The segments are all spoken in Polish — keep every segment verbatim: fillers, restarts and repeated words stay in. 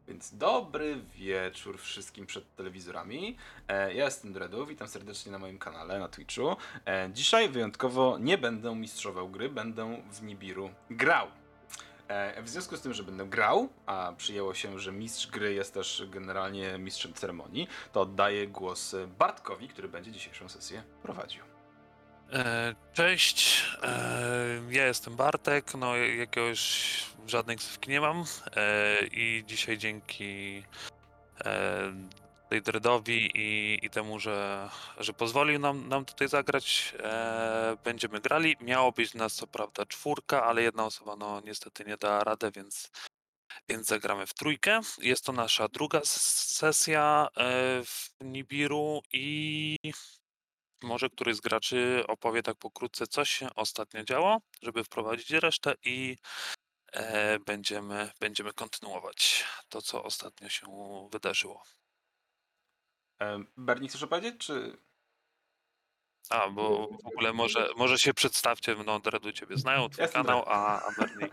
Więc dobry wieczór wszystkim przed telewizorami. E, Ja jestem Dredu, witam serdecznie na moim kanale na Twitchu. E, Dzisiaj wyjątkowo nie będę mistrzował gry, będę w Nibiru grał. E, W związku z tym, że będę grał, a przyjęło się, że mistrz gry jest też generalnie mistrzem ceremonii, to oddaję głos Bartkowi, który będzie dzisiejszą sesję prowadził. E, Cześć, e, ja jestem Bartek, no jakiegoś żadnej ksywki nie mam e, i dzisiaj dzięki e, tej Dreadowi i, i temu, że, że pozwolił nam, nam tutaj zagrać, e, będziemy grali. Miało być nas co prawda czwórka, ale jedna osoba no niestety nie dała radę, więc, więc zagramy w trójkę. Jest to nasza druga s- sesja e, w Nibiru i może któryś z graczy opowie tak pokrótce, co się ostatnio działo, żeby wprowadzić resztę i e, będziemy, będziemy kontynuować to, co ostatnio się wydarzyło. E, Bernie, chcesz opowiedzieć, czy... A, bo w ogóle może, może się przedstawcie, no Dredu ciebie znają, twój Jestem kanał, Dredu. a, a Bernie...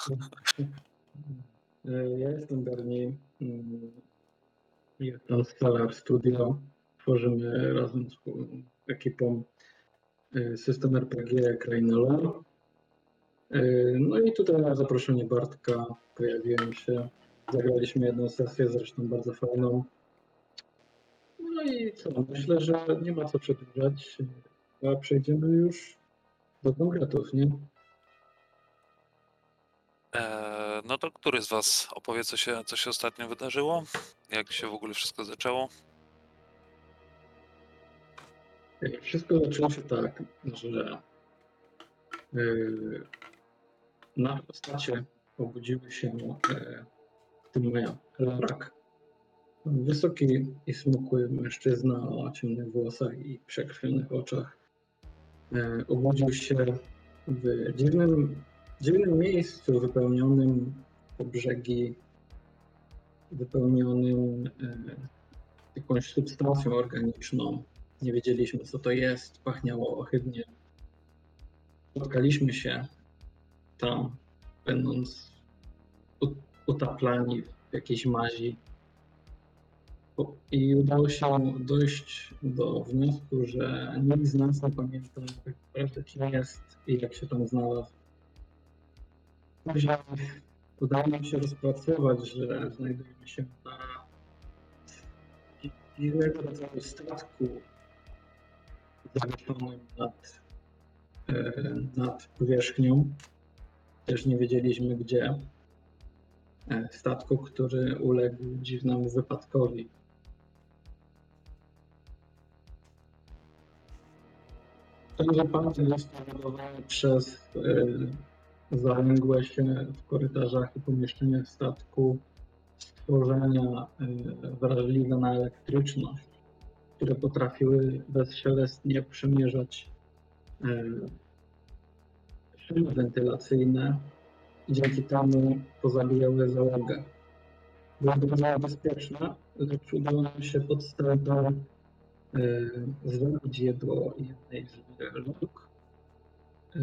Ja jestem Bernie. mm, Jestem z Stellar Studio. Tworzymy razem z ekipą y, system R P G Krainola. Y, No i tutaj na zaproszenie Bartka pojawiłem się. Zagraliśmy jedną sesję, zresztą bardzo fajną. No i co? Myślę, że nie ma co przedłużać, a przejdziemy już do konkretów, nie? E, no to który z was opowie, co się, co się ostatnio wydarzyło? Jak się w ogóle wszystko zaczęło? Wszystko zaczęło się tak, że y, na postacie obudziły się e, w tym moja Larak. Wysoki i smukły mężczyzna o ciemnych włosach i przekrwionych oczach. E, obudził się w dziwnym, dziwnym miejscu wypełnionym po brzegi, wypełnionym e, jakąś substancją organiczną. Nie wiedzieliśmy, co to jest, pachniało ohydnie. Spotkaliśmy się tam, będąc ut- utaplani w jakiejś mazi. I udało się dojść do wniosku, że nikt z nas nie pamięta tak naprawdę kim jest i jak się tam znalazł. Później udało nam się rozpracować, że znajdujemy się na dziwnego rodzaju statku zawieszonym nad, e, nad powierzchnią. Też nie wiedzieliśmy gdzie. E, Statku, który uległ dziwnemu wypadkowi. Ten wypadek jest spowodowany przez e, zalęgłe się w korytarzach i pomieszczeniach statku stworzenia e, wrażliwe na elektryczność, które potrafiły bezszelestnie przemierzać e, szyby wentylacyjne i dzięki temu pozabijały załogę. Były bardzo bezpieczne, lecz udało nam się podstawą e, zwabić je do jednej z luk. E,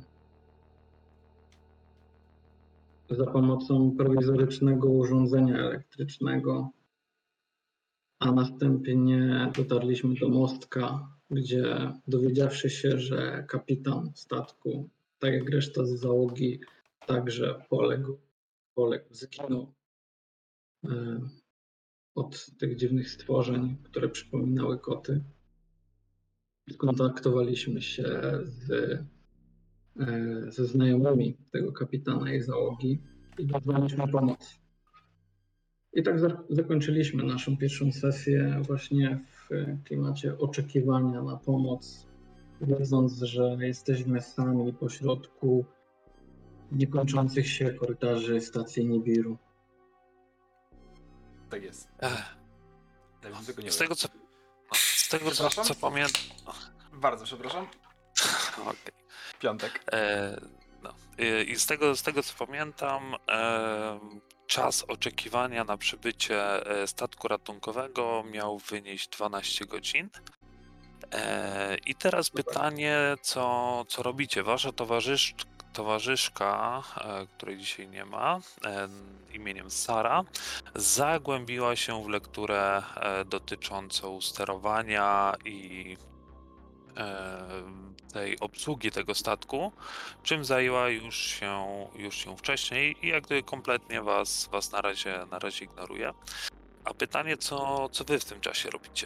za pomocą prowizorycznego urządzenia elektrycznego, a następnie dotarliśmy do mostka, gdzie dowiedziawszy się, że kapitan statku, tak jak reszta z załogi, także poległ, poległ, zginął e, od tych dziwnych stworzeń, które przypominały koty. Skontaktowaliśmy się z, e, ze znajomymi tego kapitana i załogi i wezwaliśmy pomoc. I tak za- zakończyliśmy naszą pierwszą sesję właśnie w klimacie oczekiwania na pomoc, wiedząc, że jesteśmy sami pośrodku niekończących się korytarzy stacji Nibiru. Tak jest. Ech, Jakbym tego nie z ujął. tego, co, no, z tego, co, Przepraszam? co pamiętam... Bardzo przepraszam. Okej. Piątek. E, no. I i z tego, z tego co pamiętam, e, czas oczekiwania na przybycie e, statku ratunkowego miał wynieść dwanaście godzin. E, I teraz pytanie, co, co robicie? Wasza towarzysz, towarzyszka, e, której dzisiaj nie ma, e, imieniem Sara, zagłębiła się w lekturę e, dotyczącą sterowania i e, tej obsługi tego statku, czym zajęła już się, już się wcześniej i jak gdyby kompletnie was, was na razie, na razie ignoruje. A pytanie, co, co wy w tym czasie robicie?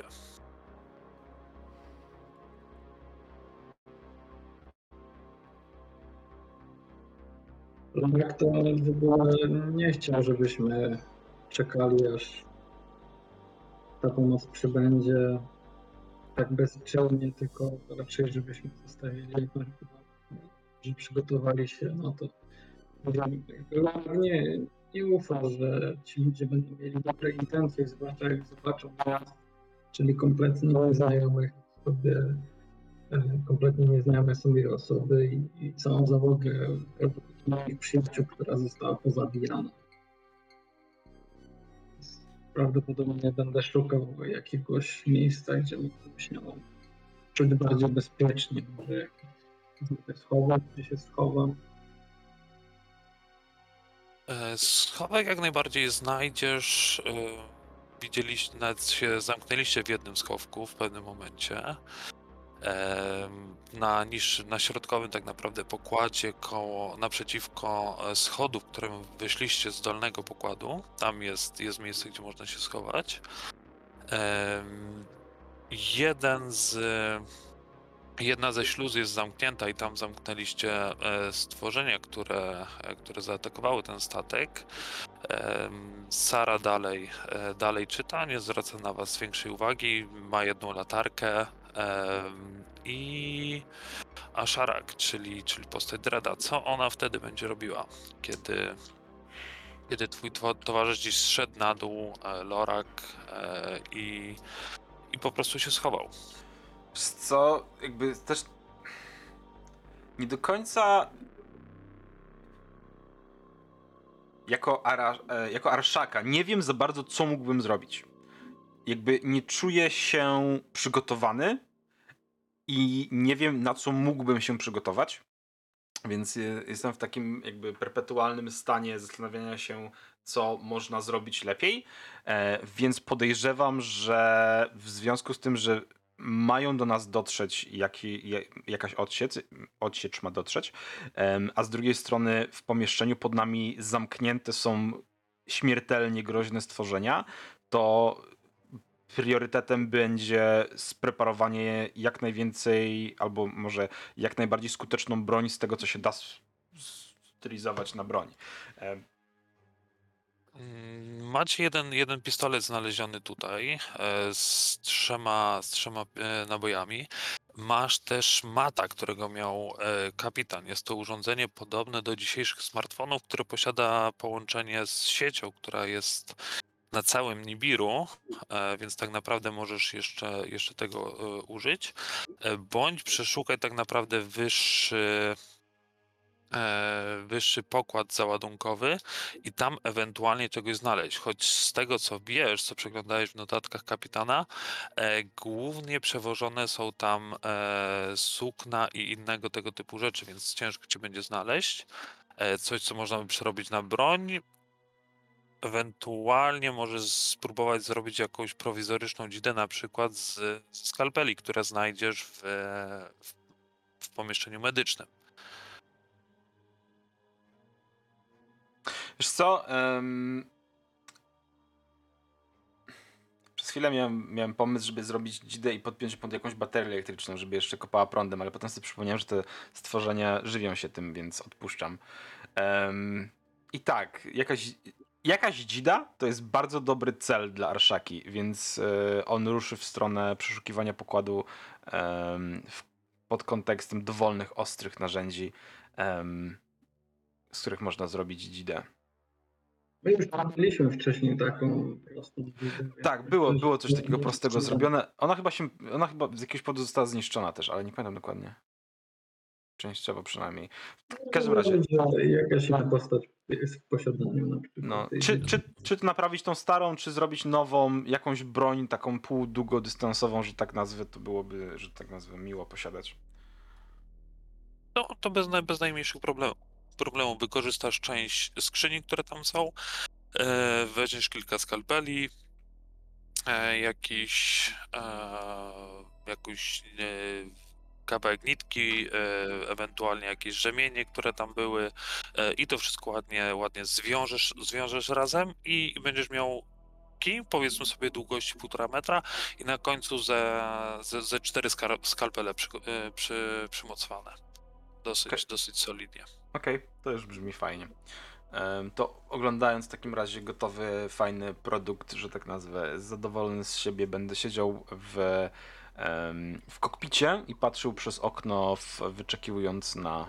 Lamek to w ogóle nie chciał, żebyśmy czekali, aż ta pomoc przybędzie tak bezczelnie, tylko raczej, żebyśmy zostawili jakąś, że przygotowali się na to. Lamek nie, nie ufa, że ci ludzie będą mieli dobre intencje, zwłaszcza jak zobaczą nas, czyli kompletnie nieznajomych sobie, e, kompletnie nieznajome sobie osoby i, i całą załogę moich przyjaciół, która została pozabijana. Prawdopodobnie będę szukał jakiegoś miejsca, gdzie mógłbym się czuć bardziej bezpiecznie. Może jakiś schowek, gdzie się schowam. E, Schowek jak najbardziej znajdziesz. e, Widzieliście, nawet się zamknęliście w jednym schowku w pewnym momencie. Em, Na niższym, na środkowym tak naprawdę pokładzie koło, naprzeciwko e, schodów, którym wyszliście z dolnego pokładu. Tam jest, jest miejsce, gdzie można się schować. Em, Jeden z Jedna ze śluz jest zamknięta i tam zamknęliście e, stworzenia, które, e, które zaatakowały ten statek. Em, Sara dalej, e, dalej czyta, nie zwraca na was większej uwagi, ma jedną latarkę em, i Asharak, czyli, czyli postać Dreda. Co ona wtedy będzie robiła, kiedy, kiedy twój to- towarzysz dziś zszedł na dół, e, Lorak, e, i, i po prostu się schował? Wiesz co, jakby też nie do końca jako, ara, e, jako Arszaka nie wiem za bardzo, co mógłbym zrobić. Jakby nie czuję się przygotowany i nie wiem, na co mógłbym się przygotować. Więc je- jestem w takim jakby perpetualnym stanie zastanawiania się, co można zrobić lepiej. E, więc podejrzewam, że w związku z tym, że mają do nas dotrzeć jaki, ja- jakaś odsiecz, odsiecz ma dotrzeć, em, a z drugiej strony w pomieszczeniu pod nami zamknięte są śmiertelnie groźne stworzenia, to priorytetem będzie spreparowanie jak najwięcej, albo może jak najbardziej skuteczną broń z tego, co się da s- stylizować na broń. E, Mm, Macie jeden, jeden pistolet znaleziony tutaj e, z trzema, z trzema e, nabojami. Masz też mata, którego miał e, kapitan. Jest to urządzenie podobne do dzisiejszych smartfonów, które posiada połączenie z siecią, która jest na całym Nibiru, e, więc tak naprawdę możesz jeszcze, jeszcze tego e, użyć. E, Bądź przeszukaj tak naprawdę wyższy e, wyższy pokład załadunkowy i tam ewentualnie czegoś znaleźć. Choć z tego co wiesz, co przeglądałeś w notatkach kapitana, e, głównie przewożone są tam e, sukna i innego tego typu rzeczy, więc ciężko ci będzie znaleźć. E, coś, co można by przerobić na broń. Ewentualnie możesz spróbować zrobić jakąś prowizoryczną dzidę, na przykład z, z skalpeli, które znajdziesz w, w, w pomieszczeniu medycznym. Wiesz co? em, Przez chwilę miałem, miałem pomysł, żeby zrobić dzidę i podpiąć pod jakąś baterię elektryczną, żeby jeszcze kopała prądem, ale potem sobie przypomniałem, że te stworzenia żywią się tym, więc odpuszczam. Em, I tak, jakaś, jakaś dzida to jest bardzo dobry cel dla Arszaki, więc e, on ruszy w stronę przeszukiwania pokładu em, w, pod kontekstem dowolnych, ostrych narzędzi, em, z których można zrobić dzidę. My już mieliśmy wcześniej taką prostą wiedzę. Tak, było, było coś takiego prostego zrobione. Ona chyba się, ona chyba z jakiegoś powodu została zniszczona też, ale nie pamiętam dokładnie. Częściowo przynajmniej. W każdym razie, Jakaś inna postać jest w posiadaniu na przykład. no, tej czy, wiedzy. czy, czy naprawić tą starą, czy zrobić nową, jakąś broń taką półdługodystansową, że tak nazwę, to byłoby, że tak nazwę, miło posiadać. No, to bez, naj- bez najmniejszych problemów. problemu. Wykorzystasz część skrzyni, które tam są, e, weźmiesz kilka skalpeli, e, jakiś, e, jakiś e, kawałek nitki, e, ewentualnie jakieś rzemienie, które tam były e, i to wszystko ładnie, ładnie zwiążesz, zwiążesz razem i będziesz miał kij, powiedzmy sobie długości półtora metra i na końcu ze, ze, ze cztery skar- skalpele przy, e, przy, przymocowane. Okej, Dosyć, dosyć solidnie. okej, to już brzmi fajnie. Em, To oglądając w takim razie gotowy, fajny produkt, że tak nazwę, zadowolony z siebie, będę siedział w, em, w kokpicie i patrzył przez okno, w, wyczekiwując na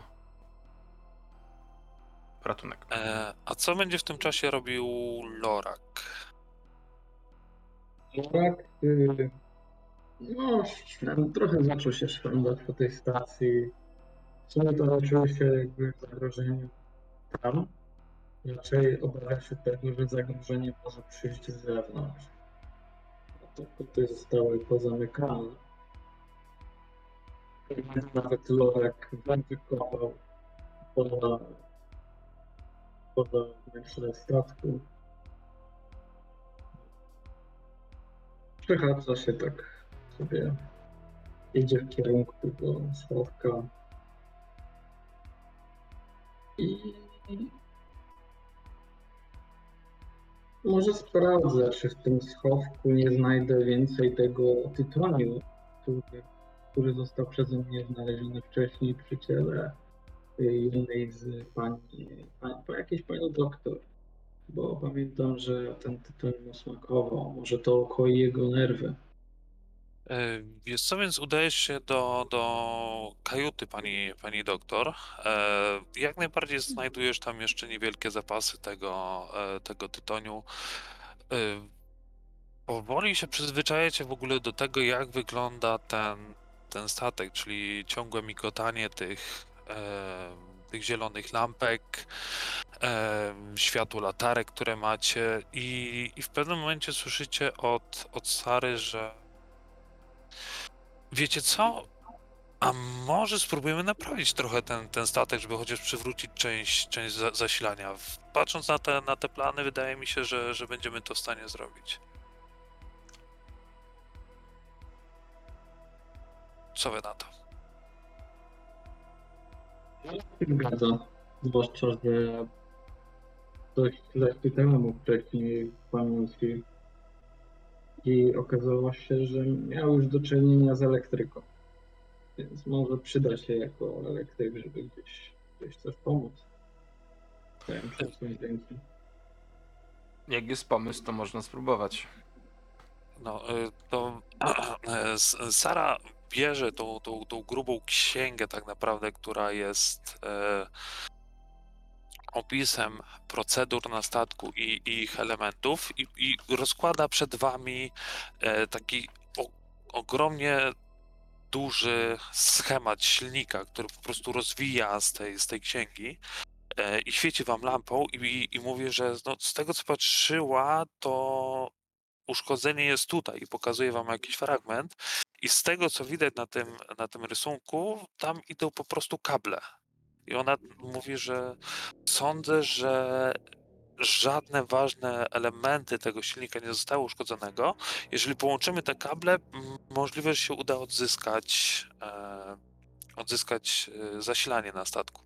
ratunek. E, a co będzie w tym czasie robił Lorak? Tak, y, no, szwem- trochę zaczął się szwendać po tej stacji. W sumie to oczywiście jakby zagrożenie tam. Raczej obawia się tego, że zagrożenie może przyjść z zewnątrz. A te koty zostały pozamykane. Nawet Lorek wykopał poza, poza wnętrze statku. Przechadza się tak sobie, idzie w kierunku tego schowka i może sprawdzę, czy w tym schowku nie znajdę więcej tego tytoniu, który, który został przeze mnie znaleziony wcześniej przy ciele jednej z pani, pani, po jakiejś pani doktor. Bo pamiętam, że ten tytoń mu smakował. Może to ukoi jego nerwy. E, Wiesz co, więc udajesz się do, do kajuty pani, pani doktor. E, Jak najbardziej znajdujesz tam jeszcze niewielkie zapasy tego, e, tego tytoniu. E, Powoli się przyzwyczajacie w ogóle do tego, jak wygląda ten, ten statek, czyli ciągłe migotanie tych, e, tych zielonych lampek, e, światło latarek, które macie i, i w pewnym momencie słyszycie od, od Sary, że wiecie co? A może spróbujemy naprawić trochę ten, ten statek, żeby chociaż przywrócić część, część za, zasilania. W- Patrząc na te, na te plany, wydaje mi się, że, że będziemy to w stanie zrobić. Co wy na to? Zgadza. Zwłaszcza, że dość zapytałem mu wcześniej w pamięci i okazało się, że miał już do czynienia z elektryką. Więc może przyda się jako elektryk, żeby gdzieś, gdzieś coś pomóc. Chciałem przesunąć ręki. Jak jest pomysł, to można spróbować. No, y, to e, S- Sara bierze tą, tą, tą grubą księgę tak naprawdę, która jest e, opisem procedur na statku i, i ich elementów i, i rozkłada przed wami e, taki o, ogromnie duży schemat silnika, który po prostu rozwija z tej, z tej księgi e, i świeci wam lampą i, i mówi, że no, z tego co patrzyła, to uszkodzenie jest tutaj i pokazuje wam jakiś fragment i z tego co widać na tym, na tym rysunku, tam idą po prostu kable. I ona mówi, że sądzę, że żadne ważne elementy tego silnika nie zostały uszkodzonego. Jeżeli połączymy te kable, m, możliwe, że się uda odzyskać, e, odzyskać e, zasilanie na statku.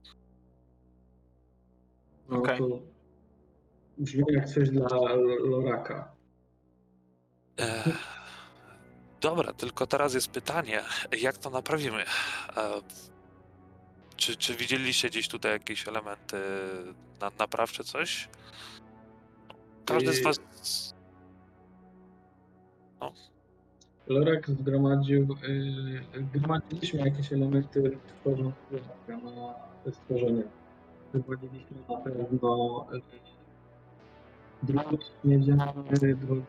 No Okej. to brzmi jak coś dla Loraka. E, dobra, tylko teraz jest pytanie, jak to naprawimy? E, czy, czy widzieliście gdzieś tutaj jakieś elementy na, naprawcze, coś? Każdy z I was... Lorak zgromadził, yy, zgromadziliśmy jakieś elementy tworzące na te stworzenia. Zgromadziliśmy na pewno yy, drut miedziany, drut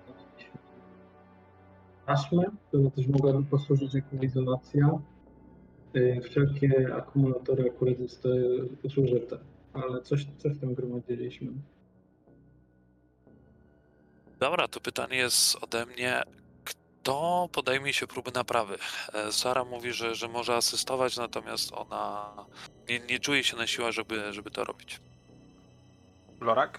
taśmę, która też mogłaby posłużyć jako izolacja. Yy, Wszelkie akumulatory akurat zostały zużyte, ale coś, coś tam gromadziliśmy. Dobra, to pytanie jest ode mnie, to podejmie się próby naprawy. E, Sara mówi, że, że może asystować, natomiast ona nie, nie czuje się na siłę, żeby, żeby to robić. Lorak?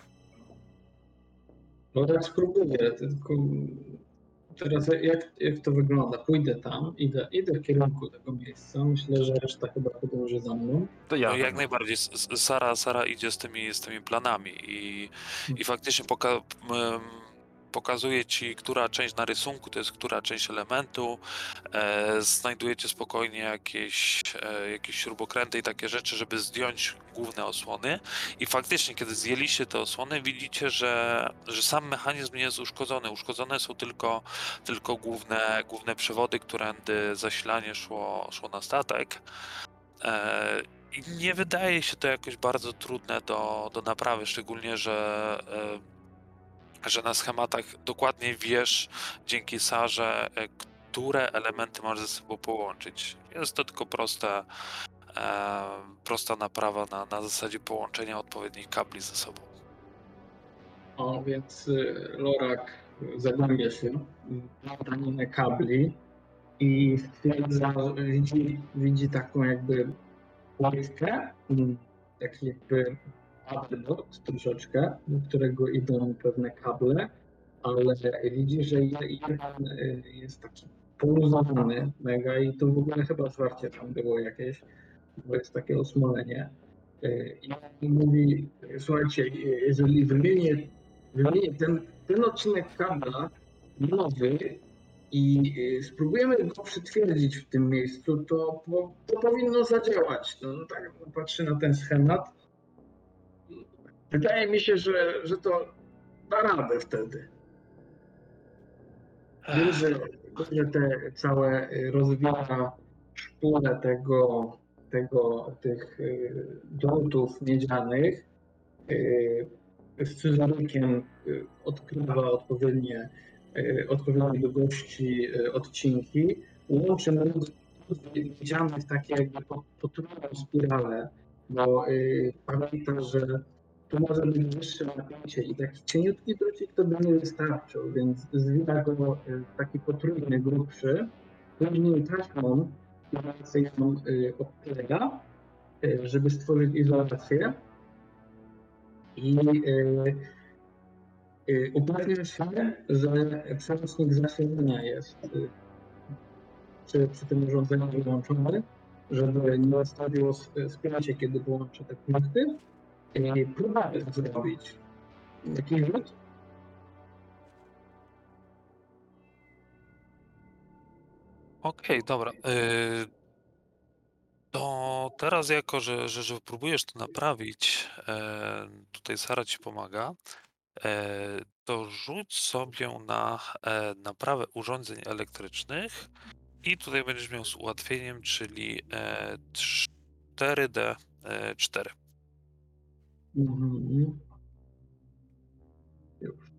No tak spróbuję, tylko teraz jak, jak to wygląda? Pójdę tam, idę, idę w kierunku tego miejsca. Myślę, że reszta chyba podąży za mną. To ja. No jak będę. najbardziej. S- S- Sara, Sara idzie z tymi, z tymi planami i, i faktycznie poka em, pokazuje ci, która część na rysunku to jest która część elementu. E, znajdujecie spokojnie jakieś, e, jakieś śrubokręty i takie rzeczy, żeby zdjąć główne osłony. I faktycznie, kiedy zdjęliście te osłony, widzicie, że, że sam mechanizm nie jest uszkodzony. Uszkodzone są tylko, tylko główne, główne przewody, którędy zasilanie szło, szło na statek. E, I nie wydaje się to jakoś bardzo trudne do, do naprawy, szczególnie, że, e, że na schematach dokładnie wiesz dzięki Sarze, e, które elementy możesz ze sobą połączyć. Jest to tylko proste, e, prosta naprawa na, na zasadzie połączenia odpowiednich kabli ze sobą. O, więc y, Lorak zagłębia się w planinę kabli i stwierdza, że widzi, widzi taką jakby płytkę, mm, taki jakby box troszeczkę, do którego idą pewne kable, ale widzi, że je- jeden y, jest taki poluzowany mega i to w ogóle chyba zwarcie tam było jakieś, bo jest takie osmolenie. Y, I mówi, słuchajcie, y, jeżeli wymienię, wymienię ten, ten odcinek kabla nowy i y, spróbujemy go przytwierdzić w tym miejscu, to, po, to powinno zadziałać. No, no tak, no, patrzę na ten schemat. Wydaje mi się, że, że to da radę wtedy. Wiem, że, że te całe y, rozwija szpulę tego, tego, tych y, drutów miedzianych y, z scyzorykiem y, odkrywa odpowiednie, y, odpowiedniej długości y, odcinki, łączy drut miedziany w takie jakby po- potrójną spiralę, bo y, pamięta, że to może być wyższe napięcie i taki cieniutki drucik to by nie wystarczył, więc zwija go y, taki potrójny, grubszy, później taśmą izolacyjną y, obkleja, y, żeby stworzyć izolację i y, y, upewnia się, że przełącznik zasilania jest y, przy, przy tym urządzeniu wyłączony, żeby nie nastąpiło sp- spięcie, kiedy połączę te punkty. Y, próbuję to zrobić. Jaki rzut? Okej, dobra. y, To teraz jako, że, że, że próbujesz to naprawić, e, tutaj Sara ci pomaga, e, to rzuć sobie na e, naprawę urządzeń elektrycznych i tutaj będziesz miał z ułatwieniem, czyli e, cztery D cztery. Mhm. Już.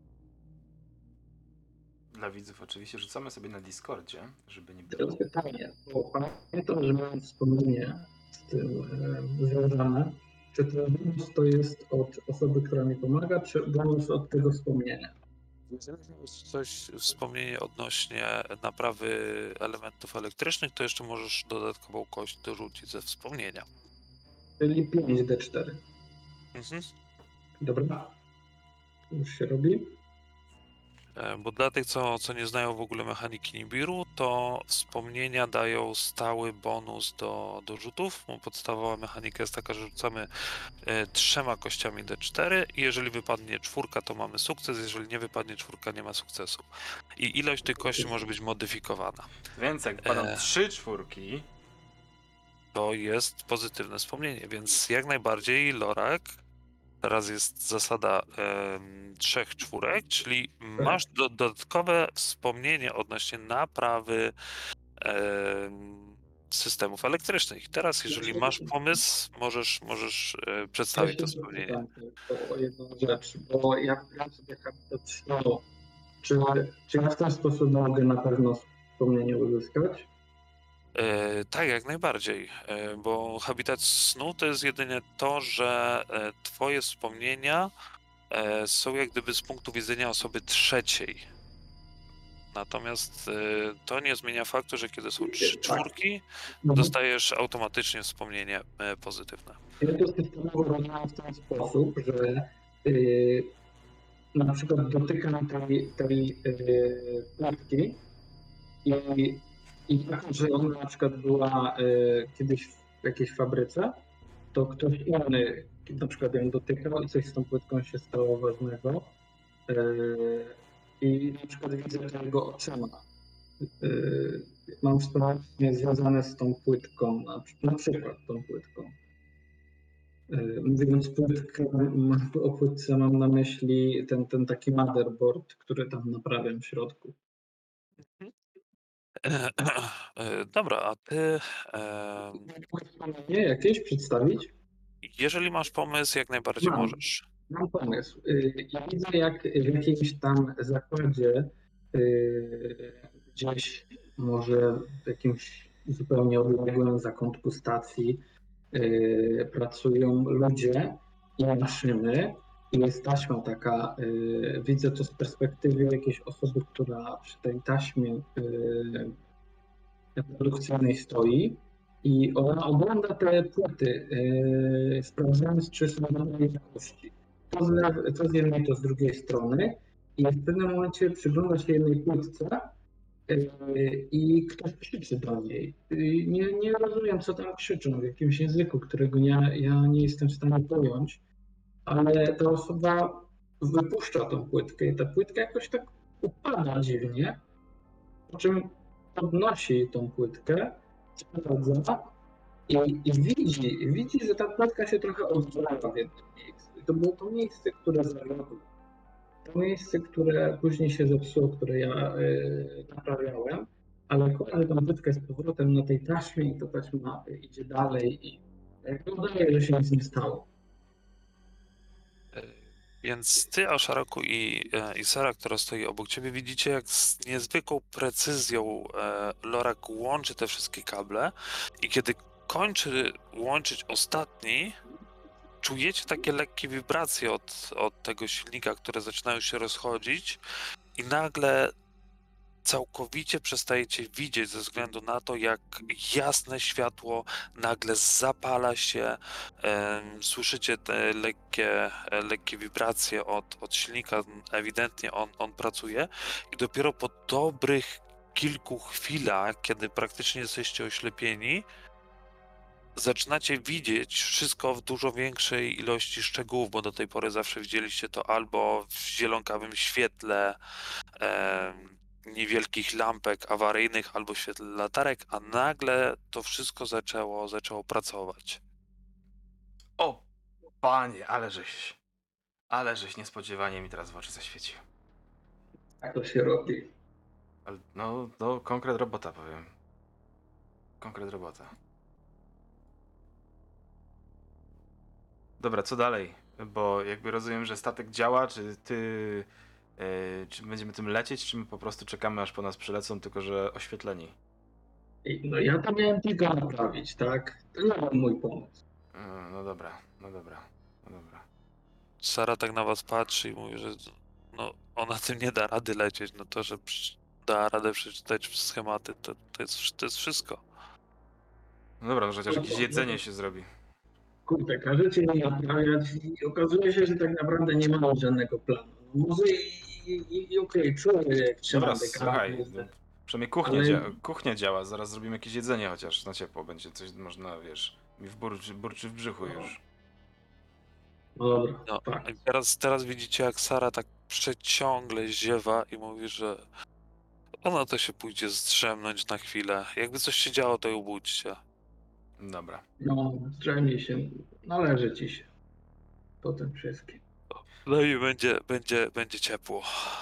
Dla widzów oczywiście rzucamy sobie na Discordzie, żeby nie było. Teraz pytanie, bo pamiętam, że mam wspomnienie z tym e, związane. Czy ten bonus to jest od osoby, która mi pomaga, czy bonus od tego wspomnienia? Jeżeli miałeś coś, wspomnienie odnośnie naprawy elementów elektrycznych, to jeszcze możesz dodatkową kość dorzucić ze wspomnienia. Czyli pięć D cztery. Mhm. Dobra. Już się robi. E, Bo dla tych, co, co nie znają w ogóle mechaniki Nibiru, to wspomnienia dają stały bonus do, do rzutów. Bo podstawowa mechanika jest taka, że rzucamy e, trzema kościami D cztery i jeżeli wypadnie czwórka, to mamy sukces, jeżeli nie wypadnie czwórka, nie ma sukcesu. I ilość tych kości może być modyfikowana. Więc jak padną E. trzy czwórki, To jest pozytywne wspomnienie, więc jak najbardziej Lorak. Teraz jest zasada em, trzech czwórek, czyli masz do, dodatkowe wspomnienie odnośnie naprawy em, systemów elektrycznych. Teraz, jeżeli masz pomysł, możesz, możesz e, Ja przedstawić się to wspomnienie. zapytam tylko o jedną rzecz, bo ja wybrałem sobie habitat snow. Czy, czy ja w ten sposób mogę na pewno wspomnienie uzyskać? E, tak, jak najbardziej, e, bo habitat snu to jest jedynie to, że e, twoje wspomnienia e, są jak gdyby z punktu widzenia osoby trzeciej. Natomiast y, to nie zmienia faktu, że kiedy są trzy Tak. czwórki, Mhm. dostajesz automatycznie wspomnienie y, pozytywne. Ja to systemowo rozumiem w ten sposób, że yy, na przykład dotykam tej, tej yy, płatki i, i jako, że ona na przykład była yy, kiedyś w jakiejś fabryce, to ktoś inny na przykład ją dotykał i coś z tą płytką się stało ważnego. Yy, I na przykład widzę to jego oczyma. Yy, mam wspomnienie związane z tą płytką, na, na przykład tą płytką. Yy, Mówiąc płytkę, m- o płytce mam na myśli ten, ten taki motherboard, który tam naprawiam w środku. E, Dobra, a ty, e, Nie, jakieś przedstawić? jeżeli masz pomysł, jak najbardziej Mam. możesz. Mam pomysł. Yy, Ja widzę, jak w jakimś tam zakładzie, yy, gdzieś może w jakimś zupełnie odległym zakątku stacji, yy, pracują ludzie i maszyny. I jest taśma taka, yy, widzę to z perspektywy jakiejś osoby, która przy tej taśmie yy, produkcyjnej stoi. I ona ogląda te płyty, yy, sprawdzając, czy są dobrej jakości. To z, lew- to z jednej, to z drugiej strony. I w pewnym momencie przygląda się jednej płytce yy, i ktoś krzyczy do niej. Yy, Nie, nie rozumiem, co tam krzyczą w jakimś języku, którego ja, ja nie jestem w stanie pojąć, ale ta osoba wypuszcza tą płytkę i ta płytka jakoś tak upada dziwnie, po czym podnosi tą płytkę, sprawdza i, i widzi, widzi, że ta płytka się trochę odwraca w jednym miejscu. I to było to miejsce, które zawiodło. To miejsce, które później się zepsuło, które ja y, naprawiałem, ale kładę tą płytkę z powrotem na tej taśmie i ta taśma idzie dalej i jakby udaje, że się nic nie stało. E, Więc ty, Asharaku i, e, i Sara, która stoi obok ciebie, widzicie, jak z niezwykłą precyzją e, Lorak łączy te wszystkie kable i kiedy kończy łączyć ostatni, czujecie takie lekkie wibracje od, od tego silnika, które zaczynają się rozchodzić i nagle całkowicie przestajecie widzieć ze względu na to, jak jasne światło nagle zapala się. Em, słyszycie te lekkie, e, lekkie wibracje od, od silnika, ewidentnie on, on pracuje i dopiero po dobrych kilku chwilach, kiedy praktycznie jesteście oślepieni, zaczynacie widzieć wszystko w dużo większej ilości szczegółów, bo do tej pory zawsze widzieliście to albo w zielonkawym świetle em, niewielkich lampek awaryjnych, albo w świetle latarek, a nagle to wszystko zaczęło, zaczęło pracować. O, panie, ale żeś. Ale żeś niespodziewanie mi teraz w oczy zaświecił. Tak to się robi. Ale no, no, konkret robota, powiem. Konkret robota. Dobra, co dalej? Bo jakby rozumiem, że statek działa, czy ty... Yy, czy będziemy tym lecieć, czy my po prostu czekamy, aż po nas przylecą, tylko że oświetleni? I, no ja to miałem tylko naprawić, tak? To nie był mój pomysł. Yy, no dobra, no dobra, no dobra. Sara tak na was patrzy i mówi, że no, ona tym nie da rady lecieć. No to, że przy- da radę przeczytać schematy, to, to, jest, to jest wszystko. No dobra, może chociaż jakieś jedzenie się zrobi. Kurde, każecie mi naprawiać i okazuje się, że tak naprawdę nie mamy żadnego planu. No może i, i, i okej, czuję, jak Dobra, trzymam słuchaj, dekady, no, przynajmniej kuchnia, ale- dzia- kuchnia działa, zaraz zrobimy jakieś jedzenie chociaż na ciepło, będzie coś można, wiesz, mi w burczy, burczy w brzuchu już. No dobra, No, tak. i teraz, teraz widzicie, jak Sara tak przeciągle ziewa i mówi, że ona to się pójdzie zdrzemnąć na chwilę. Jakby coś się działo, to ją budźcie. Dobra. No, zdrzemnij się, należy ci się po tym wszystkim. No i będzie, będzie, będzie ciepło.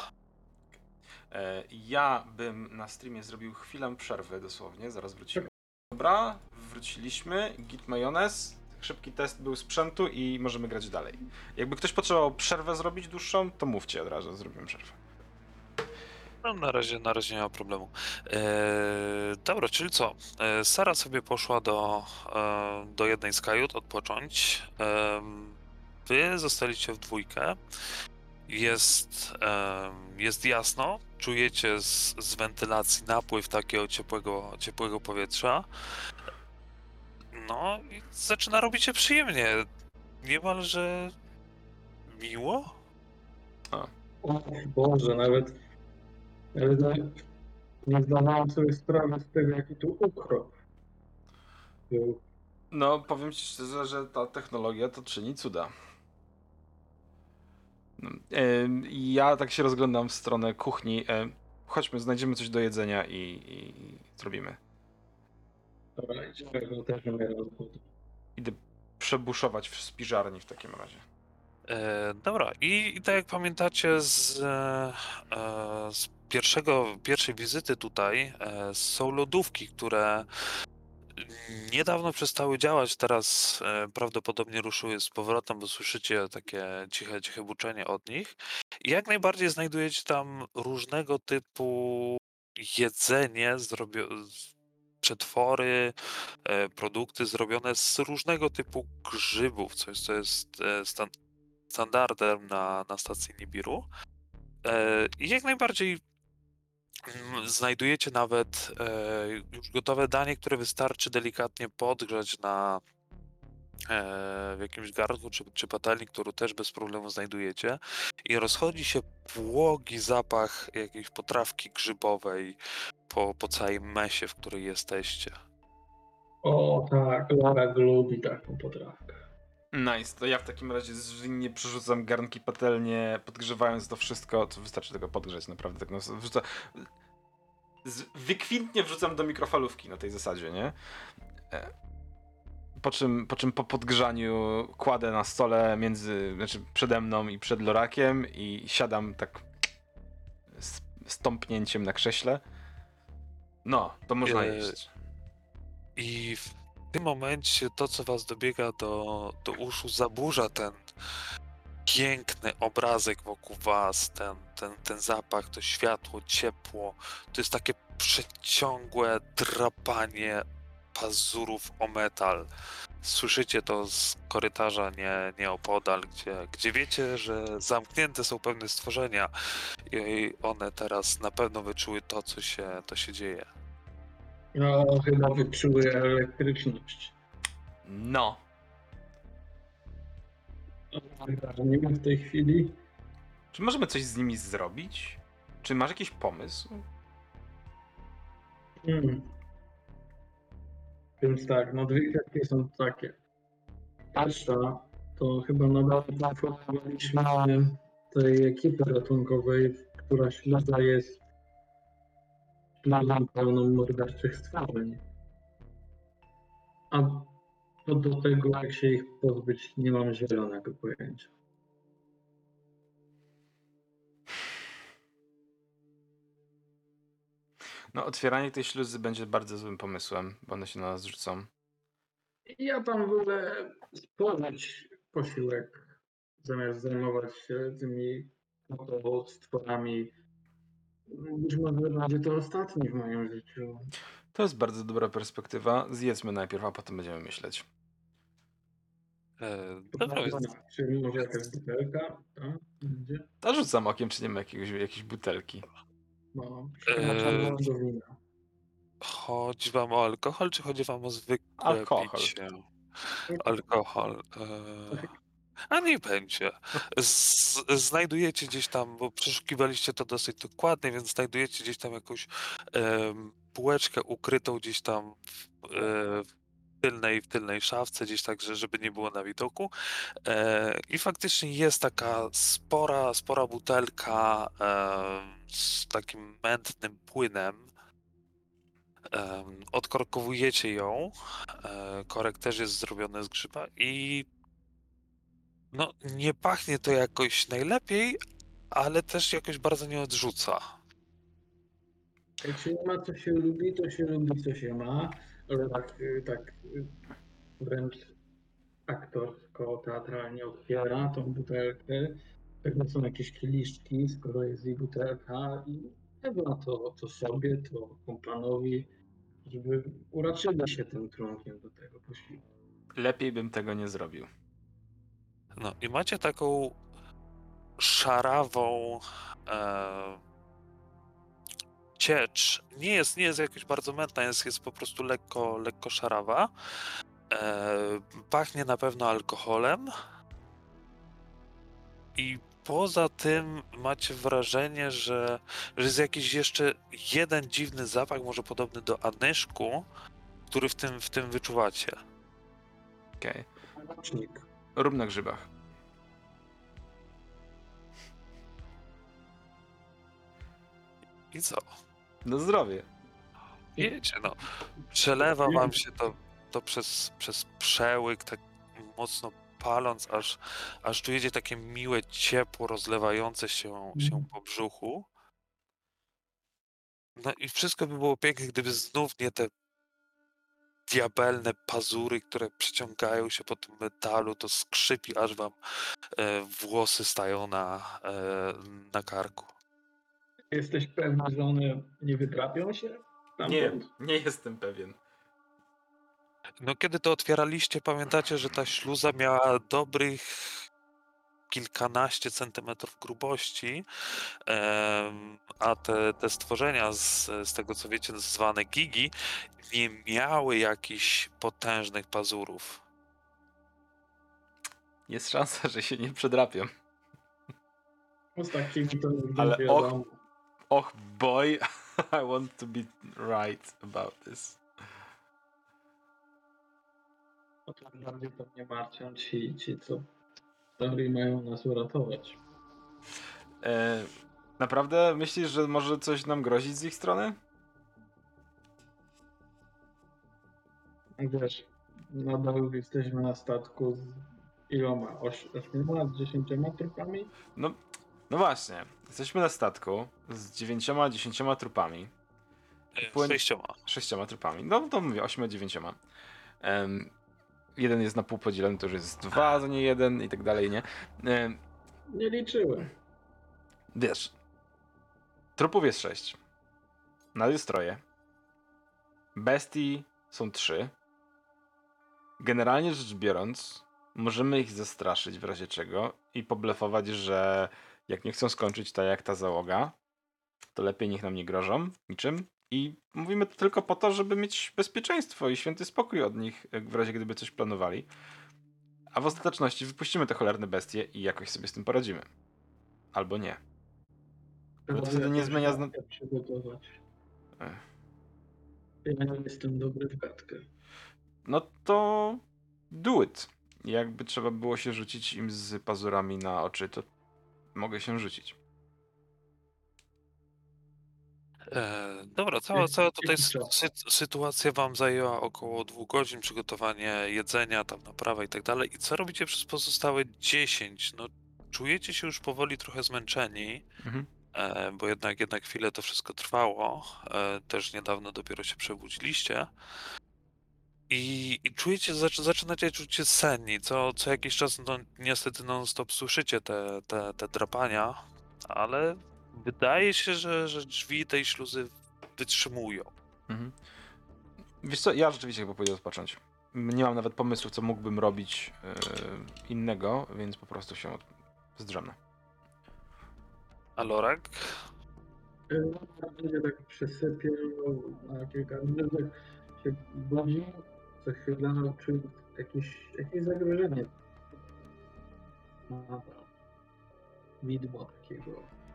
E, ja bym na streamie zrobił chwilę przerwy dosłownie, zaraz wrócimy. Dobra, wróciliśmy, git majonez, szybki test był sprzętu i możemy grać dalej. Jakby ktoś potrzebował przerwę zrobić dłuższą, to mówcie od razu, zrobimy przerwę. No, na razie, na razie nie ma problemu. Eee, dobra, czyli co? Eee, Sara sobie poszła do, e, do jednej z kajut odpocząć. Em, wy zostaliście w dwójkę. Jest, em, jest jasno, czujecie z, z wentylacji napływ takiego ciepłego, ciepłego powietrza. No i zaczyna robić się przyjemnie. Niemalże miło? O Boże, nawet, nawet nie, nie zdawałem sobie sprawy z tego, jaki tu ukrop był. No, powiem ci szczerze, że ta technologia to czyni cuda. No, em, ja tak się rozglądam w stronę kuchni. Em, chodźmy, znajdziemy coś do jedzenia i, i, i zrobimy. Dobra, idziemy, bo też nie rozbudu. Idę przebuszować w spiżarni w takim razie. E, dobra, i, i tak jak pamiętacie z, e, e, z pierwszego, pierwszej wizyty tutaj, e, są lodówki, które niedawno przestały działać, teraz e, prawdopodobnie ruszyły z powrotem, bo słyszycie takie ciche, ciche buczenie od nich. I jak najbardziej znajdujecie tam różnego typu jedzenie, zrobio- z- przetwory, e, produkty zrobione z różnego typu grzybów, coś co jest e, stan standardem na, na stacji Nibiru. E, I jak najbardziej mm, znajdujecie nawet e, już gotowe danie, które wystarczy delikatnie podgrzać na e, w jakimś garnku czy, czy patelni, którą też bez problemu znajdujecie. I rozchodzi się błogi zapach jakiejś potrawki grzybowej po, po całej mesie, w której jesteście. O tak, Lara lubi taką potrawkę. Nice, to ja w takim razie zwinnie przerzucam garnki, patelnie, podgrzewając to wszystko, to wystarczy tego podgrzać, naprawdę. Tak, no, wrzuca... z... Wykwintnie wrzucam do mikrofalówki na tej zasadzie, nie? E, Po czym, po czym po podgrzaniu kładę na stole między, znaczy przede mną i przed Lorakiem i siadam tak z stąpnięciem na krześle. No, to można E, jeść. I w tym momencie to, co was dobiega do, do uszu, zaburza ten piękny obrazek wokół was, ten, ten, ten zapach, to światło, ciepło. To jest takie przeciągłe drapanie pazurów o metal. Słyszycie to z korytarza nie, nieopodal, gdzie, gdzie wiecie, że zamknięte są pewne stworzenia i one teraz na pewno wyczuły to, co się, to się dzieje. No, chyba wyczuły elektryczność. No. Nie w tej chwili. Czy możemy coś z nimi zrobić? Czy masz jakiś pomysł? Hmm. Więc tak, no dwie kwestie są takie. Pierwsza, to chyba nadal poinformowaliśmy tej ekipy ratunkowej, która ślada jest śladą pełną morderczych stworzeń. A co do tego, jak się ich pozbyć, nie mam zielonego pojęcia. No, otwieranie tej śluzy będzie bardzo złym pomysłem, bo one się na nas rzucą. Ja tam wolę spożyć posiłek, zamiast zajmować się tymi oto stworami. Być może będzie to ostatni w moim życiu. To jest bardzo dobra perspektywa. Zjedzmy najpierw, a potem będziemy myśleć. E, dobra, więc Czy może jakaś butelka? Tak? Będzie? To rzucam okiem, czy nie ma jakiegoś, jakiejś butelki. No, Eee, czarnego wina. chodzi wam o alkohol, czy chodzi wam o zwykłe Alkohol. picie? Alkohol. Eee, a nie będzie. Z, znajdujecie gdzieś tam, bo przeszukiwaliście to dosyć dokładnie, więc znajdujecie gdzieś tam jakąś em, półeczkę ukrytą gdzieś tam w, e, w tylnej, w tylnej szafce, gdzieś tak, że- żeby nie było na widoku. E, I faktycznie jest taka spora, spora butelka em, z takim mętnym płynem. Em, odkorkowujecie ją. E, korek też jest zrobiony z grzyba i no nie pachnie to jakoś najlepiej, ale też jakoś bardzo nie odrzuca. Jak się nie ma co się lubi, to się lubi co się ma. Ale tak, y, tak y, wręcz aktorsko, teatralnie otwiera tą butelkę. Pewnie są jakieś kieliszki, skoro jest i butelka. I pewno to, to sobie, to kompanowi, żeby uraczyli się tym trunkiem do tego posiłku. Lepiej bym tego nie zrobił. No i macie taką szarawą, e, ciecz nie jest, nie jest jakoś bardzo mętna, jest, jest po prostu lekko, lekko szarawa. E, pachnie na pewno alkoholem. I poza tym macie wrażenie, że, że jest jakiś jeszcze jeden dziwny zapach, może podobny do anyszku, który w tym, w tym wyczuwacie. Okej. Rocznik. Rób na grzybach. I co? Na zdrowie. Wiecie, no. Przelewa wam się to, to przez, przez przełyk, tak mocno paląc, aż, aż czujecie takie miłe ciepło rozlewające się, się po brzuchu. No i wszystko by było pięknie, gdyby znów nie te diabelne pazury, które przeciągają się po tym metalu, to skrzypi, aż wam e, włosy stają na, e, na karku. Jesteś pewny, że one nie wydrapią się Nie, stamtąd? nie jestem pewien. No kiedy to otwieraliście, pamiętacie, że ta śluza miała dobrych kilkanaście centymetrów grubości, em, a te, te stworzenia z, z tego co wiecie zwane gigi nie miały jakichś potężnych pazurów. Jest szansa, że się nie przedrapią. No z takimi to nie Ale będzie och. wiadomo. Och boy, I want to be right about this. O to bardziej to mnie martwią ci, ci co stary mają nas uratować. E, naprawdę myślisz, że może coś nam grozić z ich strony? Wiesz, nadal jesteśmy na statku z iloma? Oś, ośmioma, dziesięcioma trupami? No, no właśnie. Jesteśmy na statku z dziewięcioma, dziesięcioma trupami. E, Płyn- Sześcioma. Sześcioma trupami. No to mówię, ośmioma, dziewięcioma. Em, jeden jest na pół podzielony, to już jest dwa, za nie jeden i tak dalej, nie? Em, Nie liczyłem. wiesz, trupów jest sześć. Nas jest troje. Bestii są trzy. Generalnie rzecz biorąc, możemy ich zastraszyć w razie czego i poblefować, że jak nie chcą skończyć tak jak ta załoga, to lepiej niech nam nie grożą niczym. I mówimy to tylko po to, żeby mieć bezpieczeństwo i święty spokój od nich, w razie gdyby coś planowali. A w ostateczności wypuścimy te cholerne bestie i jakoś sobie z tym poradzimy. Albo nie. Bo to wtedy nie Jakąś zmienia zna- gadkę przygotować. Ech. Ja nie jestem dobry w gadkę. No to do it. Jakby trzeba było się rzucić im z pazurami na oczy, to mogę się rzucić. E, dobra, cała, cała tutaj s- sy- sytuacja wam zajęła około dwóch godzin, przygotowanie jedzenia, tam naprawa i tak dalej. I co robicie przez pozostałe dziesięć? No, czujecie się już powoli trochę zmęczeni, Mhm. e, bo jednak, jednak chwilę to wszystko trwało. E, też niedawno dopiero się przebudziliście. I, i czujecie, zac- zaczynacie czuć się senni. Co, co jakiś czas, no niestety non-stop słyszycie te, te, te drapania, ale wydaje się, że, że drzwi tej śluzy wytrzymują. Mhm. Wiesz co, ja rzeczywiście chyba pójdę odpocząć. Nie mam nawet pomysłu, co mógłbym robić yy, innego, więc po prostu się od- zdrzemnę. A Lorak? Będzie tak przesypiał na kilka minut, się budzi, co chwilę czuć jakieś, jakieś zagrożenie. No, widmo takiego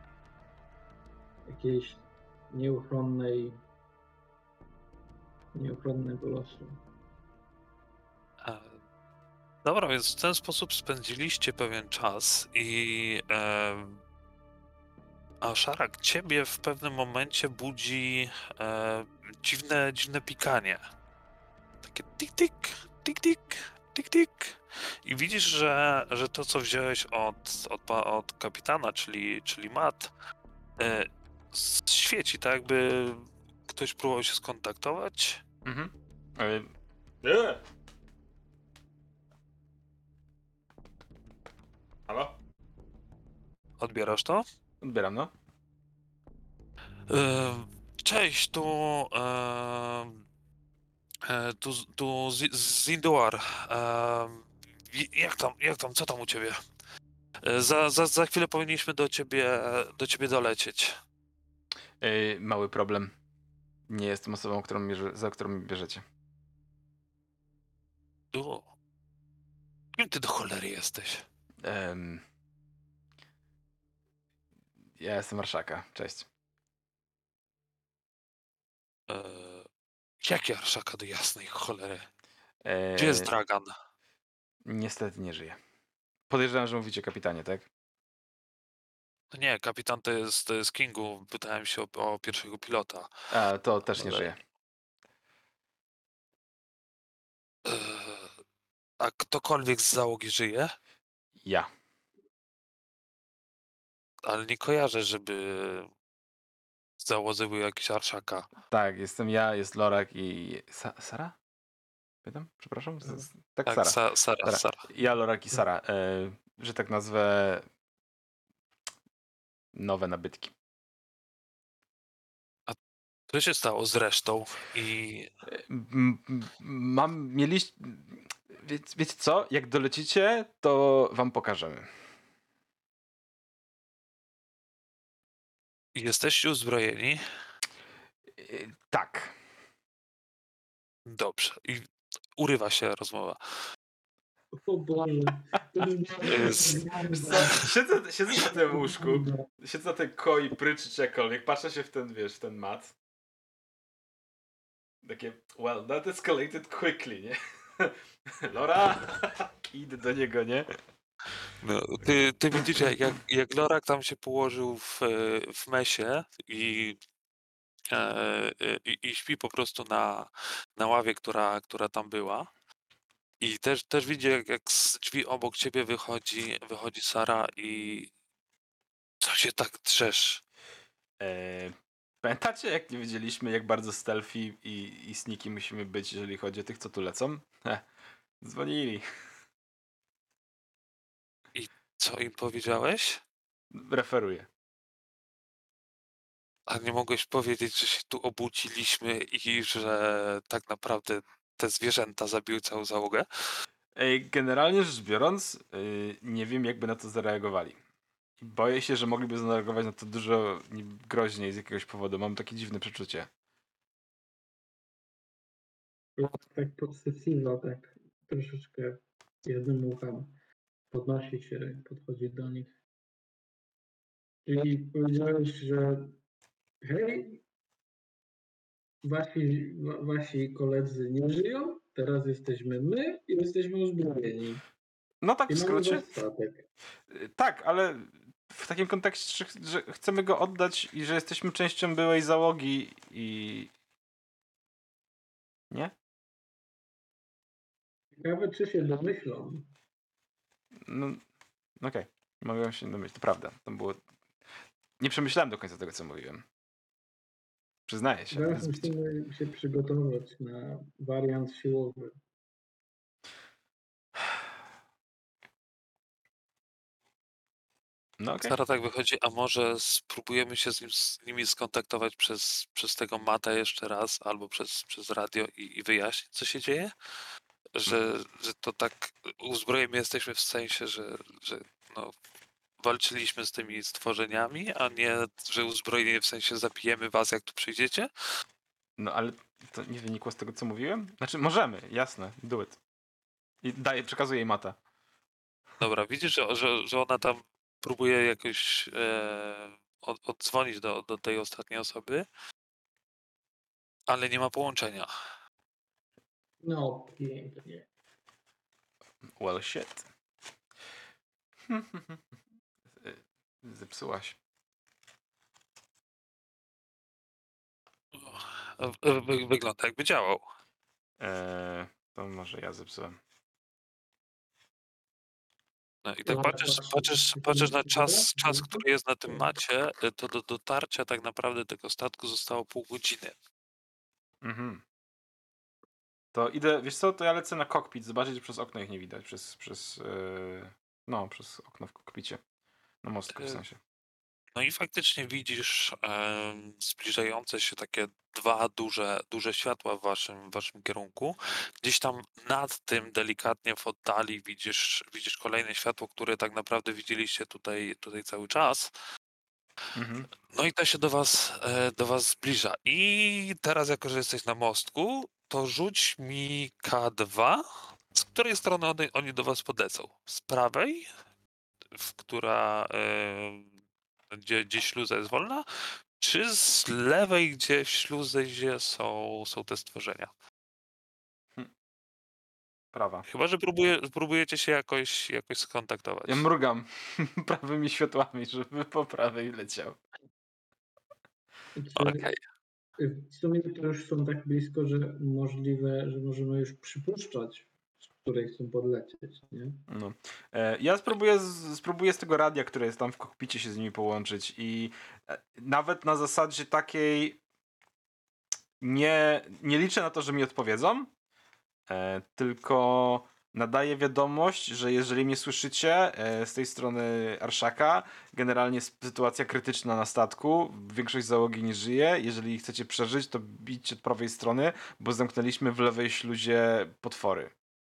jakiejś nieuchronnej nieuchronnego losu. E, Dobra, więc w ten sposób spędziliście pewien czas i e, a Szarak, ciebie w pewnym momencie budzi e, dziwne, dziwne pikanie. Takie tik-tik, tik-tik, tik-tik. I widzisz, że, że to, co wziąłeś od, od, pa- od kapitana, czyli, czyli Matt, e, s- świeci, tak jakby ktoś próbował się skontaktować. Mhm. Yy. Yy. Halo? Odbierasz to? Odbieram, no. E, Cześć, tu, e, e, tu, tu Zi- Zinduar. E, Jak tam, jak tam, co tam u ciebie? E, Za, za, za chwilę powinniśmy do ciebie, do ciebie dolecieć. Yy, mały problem. Nie jestem osobą, którą mierzy, za którą mnie bierzecie. O. Kim ty do cholery jesteś? Em, ja jestem Marszaka. Cześć. Eee, jakie arszaka do jasnej cholery? E, Gdzie jest Dragan? niestety nie żyje. Podejrzewam, że mówicie kapitanie, tak? No nie, kapitan to jest, to jest Kingu. Pytałem się o, o pierwszego pilota. A, to też nie Ale- żyje. Eee, a ktokolwiek z załogi żyje? Ja. Ale nie kojarzę, żeby w załodze był jakiś arszaka. Tak, jestem ja, jest Lorak i... Sa Sara? Pytam? Przepraszam? Z, z, tak, Tak, Sara. Sa, Sara, Sara. Sara. Ja, Lorak i Sara. E, że tak nazwę... Nowe nabytki. Co się stało z resztą? I M- m- Mam, mieliście... Wie, wiecie co? Jak dolecicie, to wam pokażemy. i jesteście uzbrojeni? E, tak. Dobrze. I urywa się rozmowa. O Boże. To Jest- Wiesz co? Siedzę, siedzę na tym łóżku, siedzę na tej koi, pryczy czy jakkolwiek, patrzę się w ten, wiesz, w ten mat. Takie, well, that escalated quickly, nie? Lora! Idę do niego, nie? No, ty, ty widzisz, jak, jak, jak Lorak tam się położył w, e, w mesie i, e, e, i, i śpi po prostu na, na ławie, która, która tam była. I też, też widzi, jak, jak z drzwi obok ciebie wychodzi, wychodzi Sara i co się tak drzesz? Eee, pamiętacie, jak nie wiedzieliśmy, jak bardzo stealthy i, i sneaky musimy być, jeżeli chodzi o tych, co tu lecą? Heh, dzwonili. Co im powiedziałeś? Referuję. A nie mogłeś powiedzieć, że się tu obudziliśmy i że tak naprawdę te zwierzęta zabiły całą załogę? Ej, generalnie rzecz biorąc, yy, nie wiem, jakby na to zareagowali. I boję się, że mogliby zareagować na to dużo nie- groźniej z jakiegoś powodu. Mam takie dziwne przeczucie. tak podsesjowa, tak troszeczkę jednym uchem podnosi się, podchodzi do nich. Czyli powiedziałeś, że hej, wasi, wa- wasi koledzy nie żyją, teraz jesteśmy my i jesteśmy uzbrojeni. No tak I w mamy skrócie. wasz statek. Y, Tak, ale w takim kontekście, że, że chcemy go oddać i że jesteśmy częścią byłej załogi i... Nie? Ciekawe, czy się domyślą. No, okej. Mogłem się domyślić. To prawda. To było... Nie przemyślałem do końca tego, co mówiłem. Przyznaję się. Teraz bez bicia. musimy się przygotować na wariant siłowy. No okej. Sara tak wychodzi, a może spróbujemy się z, nim, z nimi skontaktować przez, przez tego mata jeszcze raz, albo przez, przez radio i, i wyjaśnić, co się dzieje? Że, że to tak uzbrojeni jesteśmy w sensie, że, że no, walczyliśmy z tymi stworzeniami, a nie, że uzbrojeni w sensie zabijemy was, jak tu przyjdziecie? No ale to nie wynikło z tego, co mówiłem? Znaczy, możemy, jasne. Do it. I daję, przekazuję jej mata. Dobra, widzisz, że, że, że ona tam próbuje jakoś e, od, oddzwonić do, do tej ostatniej osoby, ale nie ma połączenia. No, pięknie. Well shit. Y, Zepsułaś. Wy- wy- Wygląda jakby działał. Eee, to może ja zepsułem. No i tak Dobra, patrzysz, patrz, patrzysz, czy patrzysz na to czas, jest czas, dobra? który jest na tym macie, y, to do dotarcia tak naprawdę tego statku zostało pół godziny. Mhm. To idę, wiesz co, to ja lecę na kokpit, zobaczyć, czy przez okno ich nie widać, przez, przez, yy, no, przez okno w kokpicie. Na mostku w Yy, sensie. No i faktycznie widzisz em, zbliżające się takie dwa duże, duże światła w waszym, w waszym kierunku. Gdzieś tam nad tym delikatnie w oddali widzisz, widzisz kolejne światło, które tak naprawdę widzieliście tutaj, tutaj cały czas. Mhm. No i to się do was, e, do was zbliża. I teraz, jako że jesteś na mostku, to rzuć mi K dwa. Z której strony oni, oni do was podlecą? Z prawej, w która, e, gdzie, gdzie śluza jest wolna, czy z lewej, gdzie w śluzie są, są te stworzenia? Prawa. Chyba, że próbuje, próbujecie się jakoś, jakoś Ja skontaktować. mrugam prawymi światłami, żeby po prawej leciał. Czy Okej. y, w sumie to już są tak blisko, że możliwe, że możemy już przypuszczać, z której chcą podlecieć, nie? No. E, Ja spróbuję z, spróbuję z tego radia, które jest tam w kokpicie, się z nimi połączyć i e, nawet na zasadzie takiej nie, nie liczę na to, że mi odpowiedzą, e, tylko nadaję wiadomość, że jeżeli mnie słyszycie e, z tej strony Arszaka, generalnie jest sytuacja krytyczna na statku, większość załogi nie żyje, jeżeli chcecie przeżyć, to bicie od prawej strony, bo zamknęliśmy w lewej śluzie potwory.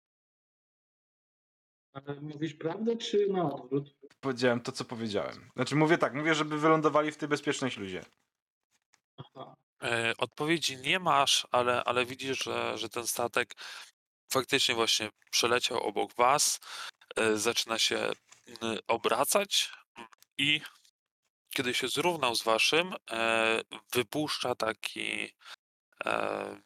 Ale mówisz prawdę, czy na odwrót? Powiedziałem to, co powiedziałem. Znaczy mówię tak, mówię, żeby wylądowali w tej bezpiecznej śluzie. Aha. E, Odpowiedzi nie masz, ale, ale widzisz, że, że ten statek faktycznie właśnie przeleciał obok was, e, zaczyna się mm, obracać i kiedy się zrównał z waszym, e, wypuszcza taki e,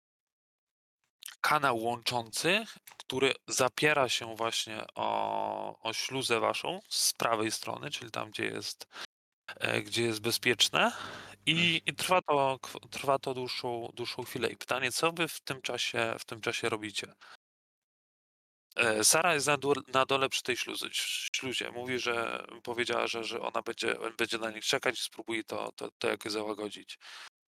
kanał łączący, który zapiera się właśnie o, o śluzę waszą z prawej strony, czyli tam, gdzie jest, e, gdzie jest bezpieczne. I, i trwa to, trwa to dłuższą, dłuższą chwilę. I pytanie, co wy w tym czasie, w tym czasie robicie? E, Sara jest na, dół, na dole przy tej śluzy, śluzie. Mówi, że powiedziała, że, że ona będzie, będzie na nich czekać i spróbuje to, to, to jakoś załagodzić.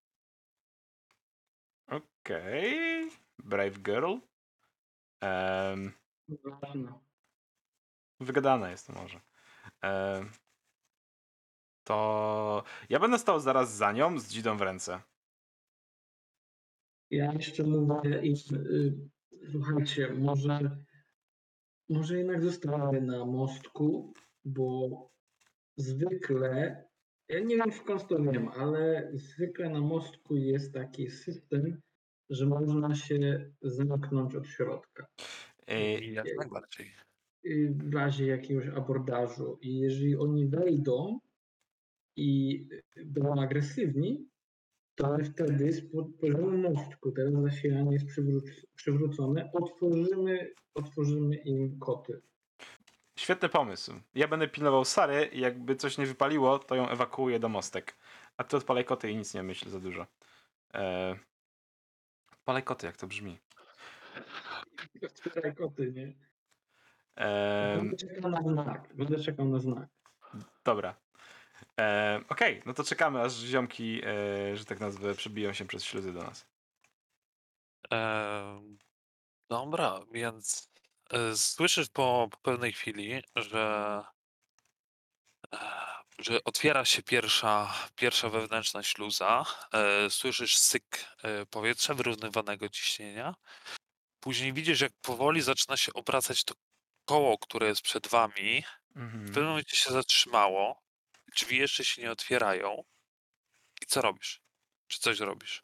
Okej. Brave girl. Em, Ważne. wygadana jest to może. Em, to ja będę stał zaraz za nią z dzidą w ręce. Ja jeszcze mówię im, y, słuchajcie, może, może jednak zostawiamy na mostku, bo zwykle, ja nie wiem skąd to wiem, ale zwykle na mostku jest taki system, że można się zamknąć od środka E, I jak najbardziej. y, w razie jakiegoś abordażu. I jeżeli oni wejdą i będą agresywni, to my wtedy z po- poziomu mostku, teraz zasilanie jest przywró- przywrócone, otworzymy, otworzymy im koty. świetny pomysł. Ja będę pilnował Sary i jakby coś nie wypaliło, to ją ewakuuję do mostek. A ty odpalaj koty i nic nie myśl za dużo. E, odpalaj koty, jak to brzmi. Otwieraj koty, nie? E, Będę czekał na znak. Będę czekał na znak. dobra. E, Okej, no to czekamy, aż ziomki, e, że tak nazwę, przebiją się przez śluzy do nas. E, dobra, więc e, słyszysz po, po pewnej chwili, że, e, że otwiera się pierwsza, pierwsza wewnętrzna śluza. E, słyszysz syk e, powietrza, wyrównywanego ciśnienia. Później widzisz, jak powoli zaczyna się obracać to koło, które jest przed wami. W Mhm. pewnym momencie się zatrzymało. Drzwi jeszcze się nie otwierają. I co robisz? Czy coś robisz?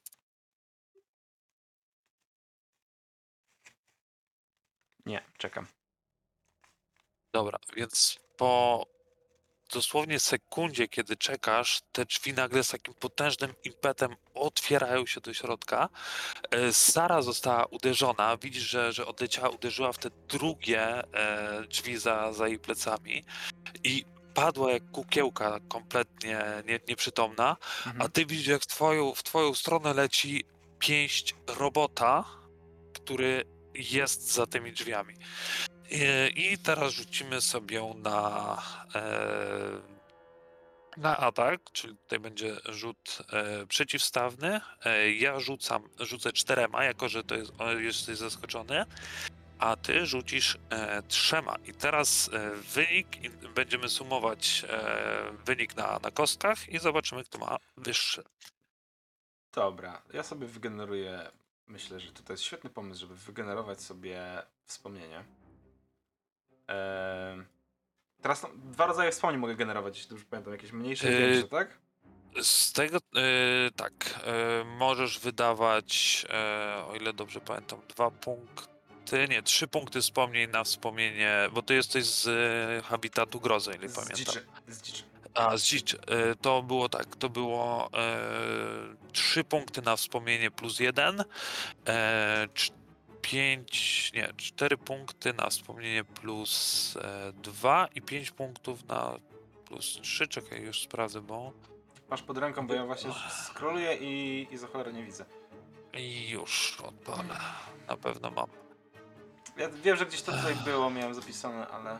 Nie, czekam. Dobra, więc po dosłownie sekundzie, kiedy czekasz, te drzwi nagle z takim potężnym impetem otwierają się do środka. E, Sara została uderzona. Widzisz, że, że odleciała, uderzyła w te drugie e, drzwi za, za jej plecami i padła jak kukiełka, kompletnie nie, nieprzytomna. A Mhm. ty widzisz, jak w twoją, w twoją stronę leci pięść robota, który jest za tymi drzwiami. I, i teraz rzucimy sobie na, e, na atak, czyli tutaj będzie rzut e, przeciwstawny. E, ja rzucam, rzucę czterema, jako że to jest, o, jesteś zaskoczony, a ty rzucisz e, trzema. I teraz e, wynik, i będziemy sumować e, wynik na, na kostkach i zobaczymy, kto ma wyższy. Dobra, ja sobie wygeneruję. Myślę, że to jest świetny pomysł, żeby wygenerować sobie wspomnienie. Eee, Teraz no, dwa rodzaje wspomnień mogę generować, jeśli dobrze pamiętam. Jakieś mniejsze i Yy, większe, tak? Z tego, yy, tak, yy, możesz wydawać, yy, o ile dobrze pamiętam, dwa punkty, nie, trzy punkty wspomnień na wspomnienie, bo ty jesteś z yy, Habitatu Grozy, o ile Z pamiętam. dziczy. Z dziczy. A, z dzicz, yy, to było tak, to było yy, trzy punkty na wspomnienie plus jeden, yy, cz- pięć, nie, cztery punkty na wspomnienie plus yy, dwa i pięć punktów na plus trzy, czekaj, już sprawdzę, bo... Masz pod ręką, bo ja właśnie scrolluję i, i za cholerę nie widzę. I już odpalę. Na pewno mam. Ja wiem, że gdzieś to tutaj było, miałem zapisane, ale...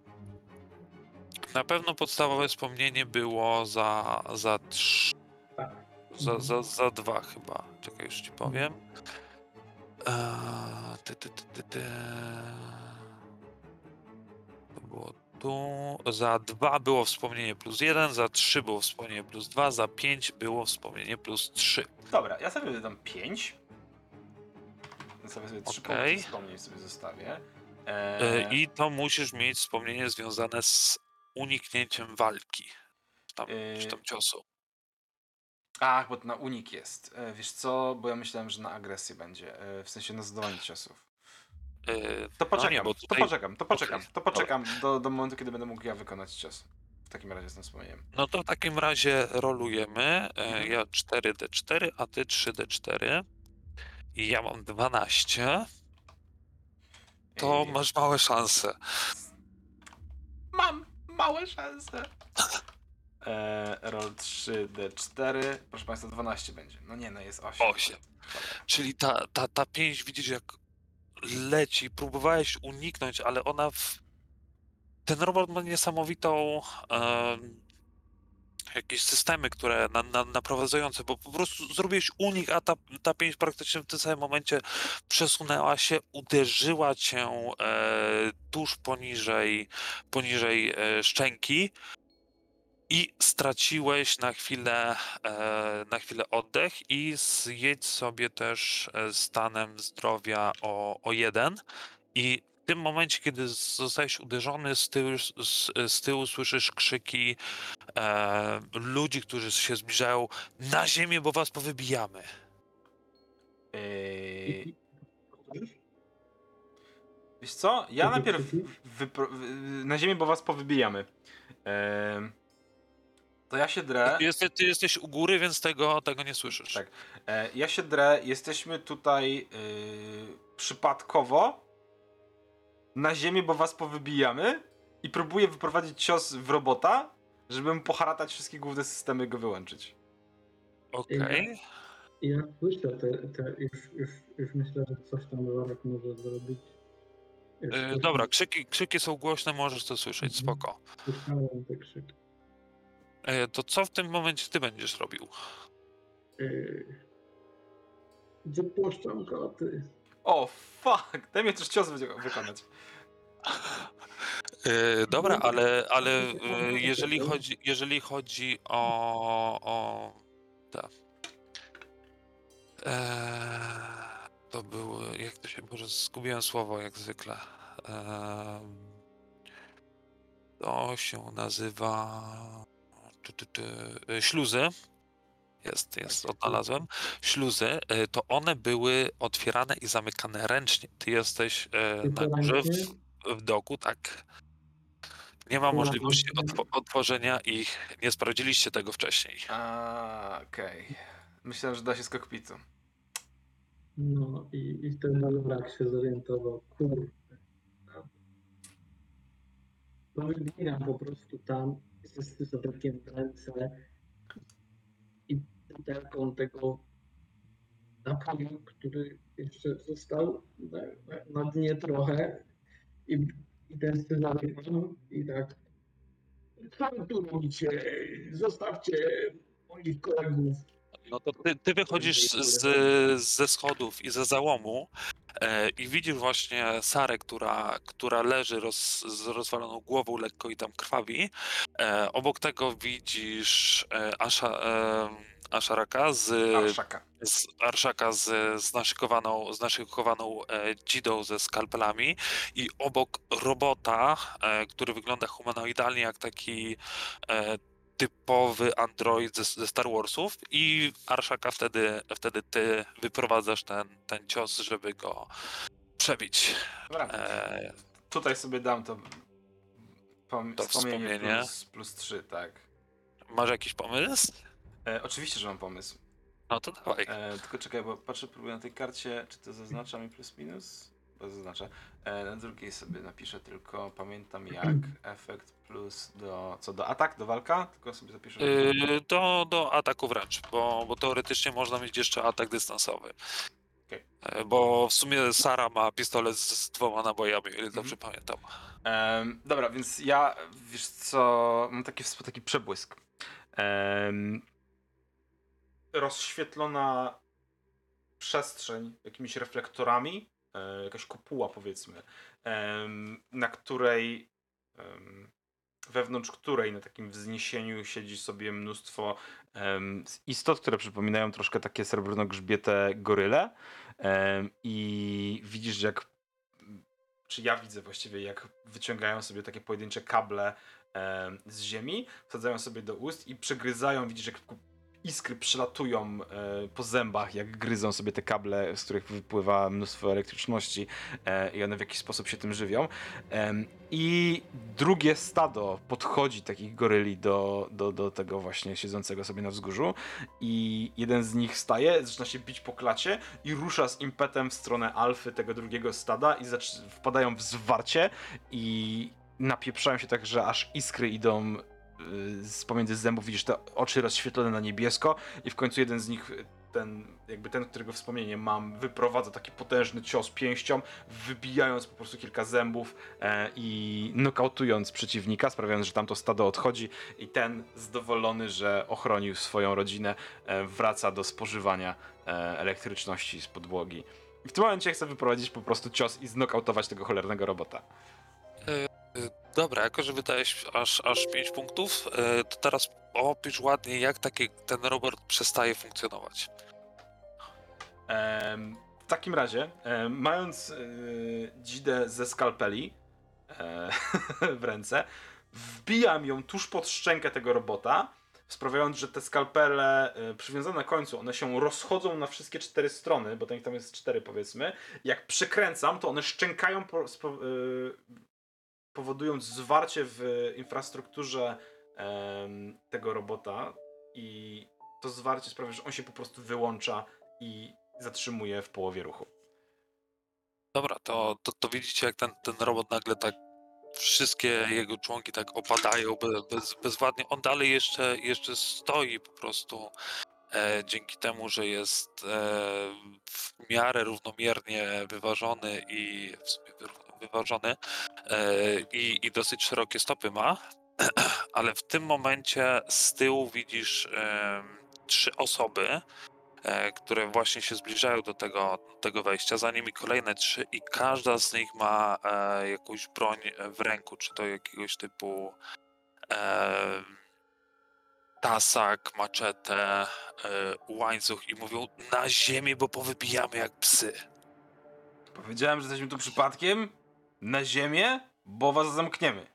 Na pewno podstawowe wspomnienie było za za trzy, Tak. za, za, za dwa chyba. Czekaj, już ci powiem. Eee, ty, ty, ty, ty, ty. To było tu. Za dwa było wspomnienie plus jeden, za trzy było wspomnienie plus dwa, za pięć było wspomnienie plus trzy. Dobra, ja sobie dodam pięć. Ja sobie, sobie trzy Okej. punkty wspomnień sobie zostawię. Eee, Eee, I to musisz mieć wspomnienie związane z uniknięciem walki. Czy tam, czy tam Eee, ciosu. Ach, bo to na unik jest. E, wiesz co, bo ja myślałem, że na agresję będzie. E, w sensie na zadawanie ciosów. Eee, To no poczekam, nie, bo to tutaj... poczekam, to poczekam, Okej, to poczekam do, do momentu, kiedy będę mógł ja wykonać cios. W takim razie z tym wspomnieniem. No to w takim razie rolujemy. E, Mhm. Ja cztery d cztery, a ty trzy d cztery. I ja mam dwanaście. To Eee, masz małe szanse. Mam małe szanse. Eee, roll trzy d cztery. Proszę Państwa, dwanaście będzie. No nie, no jest osiem. osiem. Czyli ta, ta, ta pięć widzisz jak leci. Próbowałeś uniknąć, ale ona w... Ten robot ma niesamowitą... em, jakieś systemy, które na, na, naprowadzające, bo po prostu zrobiłeś unik, a ta, ta pięć praktycznie w tym samym momencie przesunęła się, uderzyła cię e, tuż poniżej, poniżej e, szczęki i straciłeś na chwilę, e, na chwilę oddech i zjedź sobie też e, stanem zdrowia o, o jeden. I w tym momencie, kiedy zostajesz uderzony z tyłu, z, z tyłu słyszysz krzyki e, ludzi, którzy się zbliżają na ziemię, bo was powybijamy. Eee, I- i- wiesz co? Ja Jakie najpierw krzyki? wypro- wy- na ziemię, bo was powybijamy. Eee, to ja się drę. Ty jesteś, ty jesteś u góry, więc tego, tego nie słyszysz. Tak. E, ja się drę. Jesteśmy tutaj yy, przypadkowo na ziemię, bo was powybijamy i próbuję wyprowadzić cios w robota, żeby mu poharatać wszystkie główne systemy i go wyłączyć. Okej. Ja słyszę te, te już, już, już myślę, że coś tam Lorek może zrobić. Już E, słyszę- Dobra, krzyki, krzyki są głośne, możesz to słyszeć, Mhm. spoko. Słyszałem te krzyki. E, to co w tym momencie ty będziesz robił? Yy, Wypuszczam koty. O, fuck! Daj mi też cios wy- wykonać. E, dobra, ale, ale e, jeżeli chodzi, jeżeli chodzi o, o te, e, to było, jak to się, może zgubiłem słowo jak zwykle. Em, to się nazywa ty, ty, ty, e, śluzy. Jest, jest, odnalazłem. Śluzy, e, to one były otwierane i zamykane ręcznie. Ty jesteś e, Tylko na górze ręcznie? w, w doku, tak. Nie ma No, możliwości no. otw- otworzenia ich. Nie sprawdziliście tego wcześniej. A, okej. Myślałem, że da się z kokpitu. No i, i wtedy Lorak się zorientował. Kurde. No wybiegam po prostu tam ze scyzorykiem w ręce i butelką tego napoju, który jeszcze został na, na, na dnie trochę i, i ten scyzoryk mam i tak co wy tu robicie? Zostawcie moich kolegów. No to ty, ty wychodzisz z, ze schodów i ze załomu E, I widzisz właśnie Sarę, która, która leży roz, z rozwaloną głową lekko i tam krwawi. E, obok tego widzisz e, Asha, e, Asharaka z, Arszaka. z Arszaka z, z naszykowaną, z naszykowaną e, dzidą ze skalpelami i obok robota, e, który wygląda humanoidalnie jak taki e, typowy android ze, ze Star Warsów i Arszaka wtedy, wtedy ty wyprowadzasz ten, ten cios, żeby go przebić. Dobra. E, Tutaj sobie dam to, pom- to wspomnienie wspomnienie. plus, plus trzy, tak. Masz jakiś pomysł? E, oczywiście, że mam pomysł. No to dawaj. E, tylko czekaj, bo patrzę, próbuję na tej karcie, czy to zaznacza mi plus minus? Bo zaznacza. E, na drugiej sobie napiszę tylko, pamiętam jak, efekt plus do, co do atak, do walka? Tylko sobie zapiszę. Yy, do, do ataku wręcz, bo, bo teoretycznie można mieć jeszcze atak dystansowy. Okej. E, Bo w sumie Sara ma pistolet z, z dwoma nabojami, o ile Mhm. dobrze pamiętam. Em, dobra, więc ja, wiesz co, mam taki, taki przebłysk. Em, rozświetlona przestrzeń jakimiś reflektorami, e, jakaś kopuła powiedzmy, em, na której, em, wewnątrz której na takim wzniesieniu siedzi sobie mnóstwo em, istot, które przypominają troszkę takie srebrno-grzbiete goryle. Em, I widzisz, jak, czy ja widzę właściwie, jak wyciągają sobie takie pojedyncze kable em, z ziemi, wsadzają sobie do ust i przegryzają, widzisz, jak iskry przylatują e, po zębach, jak gryzą sobie te kable, z których wypływa mnóstwo elektryczności e, i one w jakiś sposób się tym żywią. Em, I drugie stado podchodzi takich goryli do, do, do tego właśnie siedzącego sobie na wzgórzu i jeden z nich wstaje, zaczyna się bić po klacie i rusza z impetem w stronę alfy tego drugiego stada i zac- wpadają w zwarcie i napieprzają się tak, że aż iskry idą z pomiędzy zębów, widzisz te oczy rozświetlone na niebiesko i w końcu jeden z nich, ten, jakby ten, którego wspomnienie mam, wyprowadza taki potężny cios pięścią, wybijając po prostu kilka zębów e, i nokautując przeciwnika, sprawiając, że tamto stado odchodzi i ten zadowolony, że ochronił swoją rodzinę, e, wraca do spożywania e, elektryczności z podłogi. I w tym momencie chcę wyprowadzić po prostu cios i znokautować tego cholernego robota. Dobra, jako że wydałeś aż, aż pięć punktów, e, to teraz opisz ładnie, jak taki, ten robot przestaje funkcjonować. Em, w takim razie, em, mając e, dzidę ze skalpeli e, w ręce, wbijam ją tuż pod szczękę tego robota, sprawiając, że te skalpele e, przywiązane na końcu, one się rozchodzą na wszystkie cztery strony, bo to ich tam jest cztery powiedzmy. Jak przekręcam, to one szczękają, po, spo, e, powodując zwarcie w infrastrukturze em, tego robota i to zwarcie sprawia, że on się po prostu wyłącza i zatrzymuje w połowie ruchu. Dobra, to, to, to widzicie, jak ten, ten robot nagle tak, wszystkie jego członki tak opadają be, bez, bezwładnie. On dalej jeszcze, jeszcze stoi po prostu e, dzięki temu, że jest e, w miarę równomiernie wyważony i w sumie wyró- wyważony e, i, i dosyć szerokie stopy ma, ale w tym momencie z tyłu widzisz e, trzy osoby, e, które właśnie się zbliżają do tego, tego wejścia, za nimi kolejne trzy i każda z nich ma e, jakąś broń w ręku, czy to jakiegoś typu e, tasak, maczetę, e, łańcuch i mówią na ziemię, bo powybijamy jak psy. Powiedziałem, że jesteśmy tu przypadkiem na ziemię, bo was zamkniemy.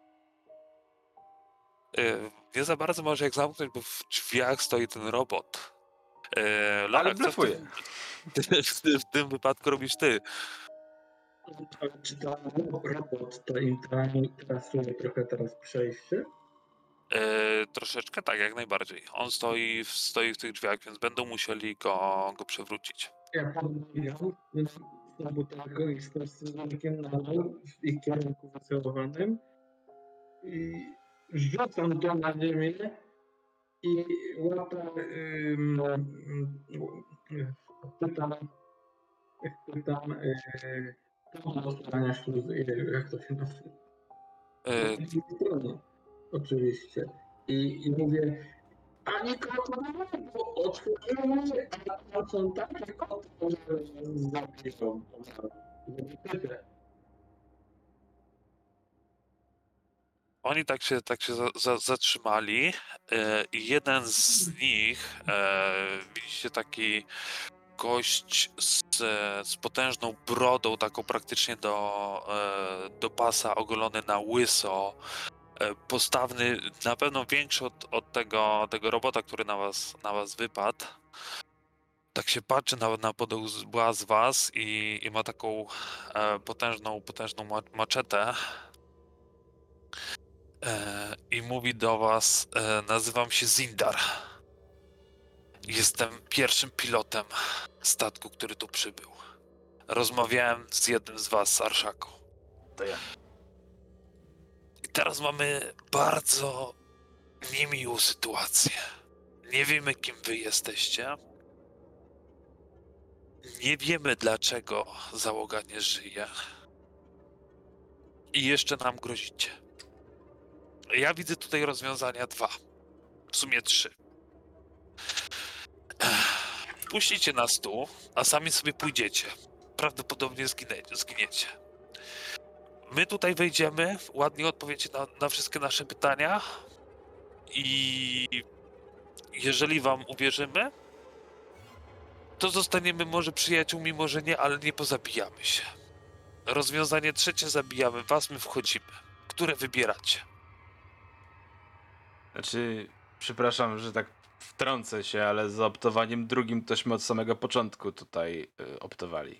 E, nie za bardzo może jak zamknąć, bo w drzwiach stoi ten robot. E, Ale Larak, co w blefuję. tym, w, tym, w tym wypadku robisz ty? Ale czy ten robot to im interesuje trochę teraz przejście? E, troszeczkę tak, jak najbardziej. On stoi w, stoi w tych drzwiach, więc będą musieli go, go przewrócić. Ja podbiegam na butelkę i z znakiem nalał w ich kierunku wycelowanym i rzucam to na ziemię i łapę ym, ym, pytam, pytam yy, tam do starania śluzy, jak to się nazywa? E, Z drugiej strony, oczywiście. I, I mówię, A nikogo nie ma, bo otworzyły, a tam są takie koty, że zabiją. Zobaczycie. Oni tak się, tak się za, za, zatrzymali e, i jeden z nich, e, widzicie taki gość z, z potężną brodą, taką praktycznie do, e, do pasa, ogolony na łyso, e, postawny, na pewno większy od, od tego, tego robota, który na was, na was wypadł. Tak się patrzy na, na podła z was i, i ma taką e, potężną, potężną ma- maczetę. E, I mówi do was, e, nazywam się Zindar. Jestem pierwszym pilotem statku, który tu przybył. Rozmawiałem z jednym z was, z Arszaką. To ja. I teraz mamy bardzo niemiłą sytuację. Nie wiemy, kim wy jesteście. Nie wiemy, dlaczego załoga nie żyje. I jeszcze nam grozicie. Ja widzę tutaj rozwiązania dwa. W sumie trzy. Puścicie nas tu, a sami sobie pójdziecie. Prawdopodobnie zginie, zginiecie. My tutaj wejdziemy, ładnie odpowiecie na, na wszystkie nasze pytania i jeżeli wam uwierzymy, to zostaniemy może przyjaciółmi, może nie, ale nie pozabijamy się. Rozwiązanie trzecie, zabijamy was, my wchodzimy. Które wybieracie? Znaczy, przepraszam, że tak wtrącę się, ale z optowaniem drugim tośmy od samego początku tutaj y, optowali.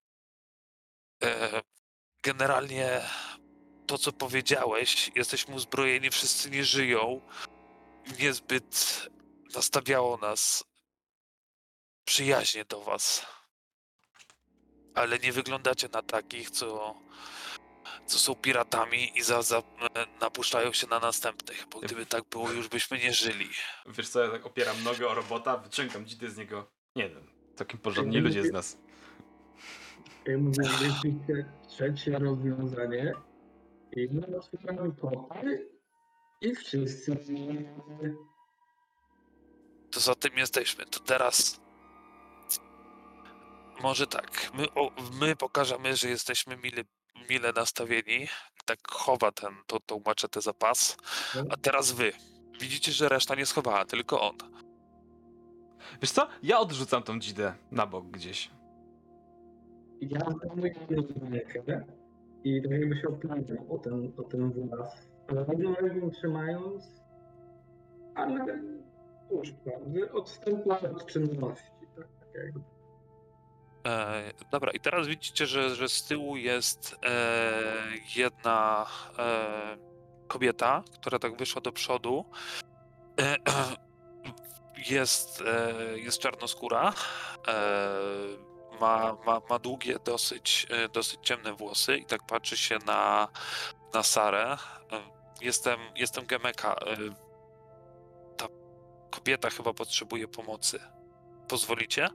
E, generalnie to, co powiedziałeś, jesteśmy uzbrojeni, wszyscy nie żyją. Niezbyt nastawiało nas przyjaźnie do was. Ale nie wyglądacie na takich, co, co są piratami i za, za, napuszczają się na następnych, bo gdyby tak było, już byśmy nie żyli. Wiesz co, ja tak opieram nogę o robota, wyciągam dzidy z niego. Nie wiem, całkiem porządni ludzie z nas. Ja mówię, myślicie trzecie rozwiązanie i my otwieramy portal i wszyscy To za tym jesteśmy. To teraz może tak, my, o, my pokażemy, że jesteśmy mile, mile nastawieni. Tak chowa ten, to, tą maczetę za pas. A teraz wy. Widzicie, że reszta nie schowała, tylko on. Wiesz co, ja odrzucam tą dzidę na bok gdzieś. ja zdejmuję rękę i tak jakby się opieram o ten, o ten włas. Ale równolegle trzymając, ale cóż, prawda, odstępuję od czynności. Tak, tak jakby. E, dobra, i teraz widzicie, że, że z tyłu jest e, jedna e, kobieta, która tak wyszła do przodu. E, jest, e, jest czarnoskóra. E, ma, ma, ma długie, dosyć, e, dosyć ciemne włosy i tak patrzy się na, na Sarę. E, jestem, jestem Gemeka. E, ta kobieta chyba potrzebuje pomocy. Pozwolicie?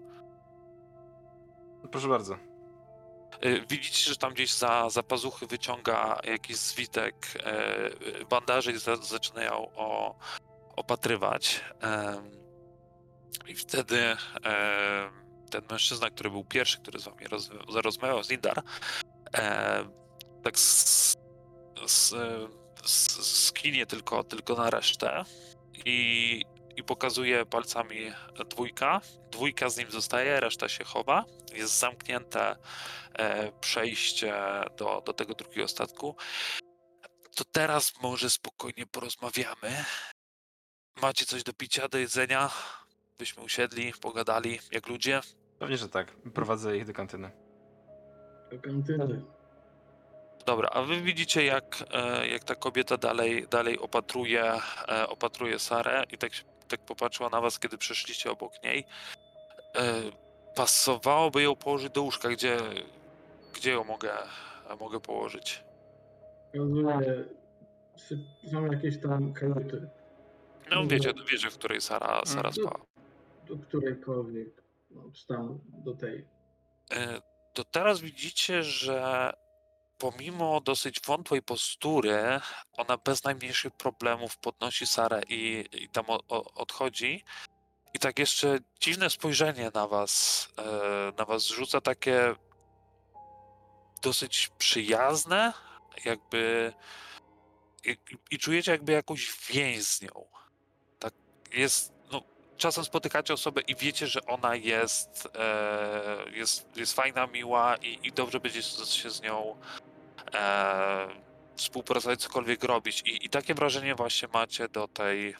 Proszę bardzo. Y, Widzicie, że tam gdzieś za, za pazuchy wyciąga jakiś zwitek e, bandaży i za, zaczyna ją o, opatrywać. Em, I wtedy em, ten mężczyzna, który był pierwszy, który z wami roz, rozmawiał, Zindar, e, tak s, s, s, skinie tylko, tylko na resztę i, i pokazuje palcami dwójka. Dwójka z nim zostaje, reszta się chowa. Jest zamknięte e, przejście do, do tego drugiego statku. To teraz może spokojnie porozmawiamy. Macie coś do picia, do jedzenia? Byśmy usiedli, pogadali jak ludzie. Pewnie, że tak. Prowadzę ich do kantyny. Do kantyny. Dobra, a wy widzicie jak, e, jak ta kobieta dalej, dalej opatruje, e, opatruje Sarę i tak, się- tak popatrzyła na was, kiedy przeszliście obok niej. E, pasowałoby ją położyć do łóżka, gdzie, gdzie ją mogę, mogę położyć? Rozumiem, czy są jakieś tam kajuty, No wiecie, wiecie, w której Sara, Sara Mm. spała. do którejkolwiek, no, czy tam do tej. E, To teraz widzicie, że pomimo dosyć wątłej postury, ona bez najmniejszych problemów podnosi Sarę i, i tam o, o, odchodzi. I tak jeszcze dziwne spojrzenie na was, e, na was rzuca, takie dosyć przyjazne, jakby i, i czujecie jakby jakąś więź z nią. Tak jest, no czasem spotykacie osobę i wiecie, że ona jest, e, jest, jest fajna, miła i, i dobrze będzie się z nią e, współpracować, cokolwiek robić. I, I takie wrażenie właśnie macie do tej,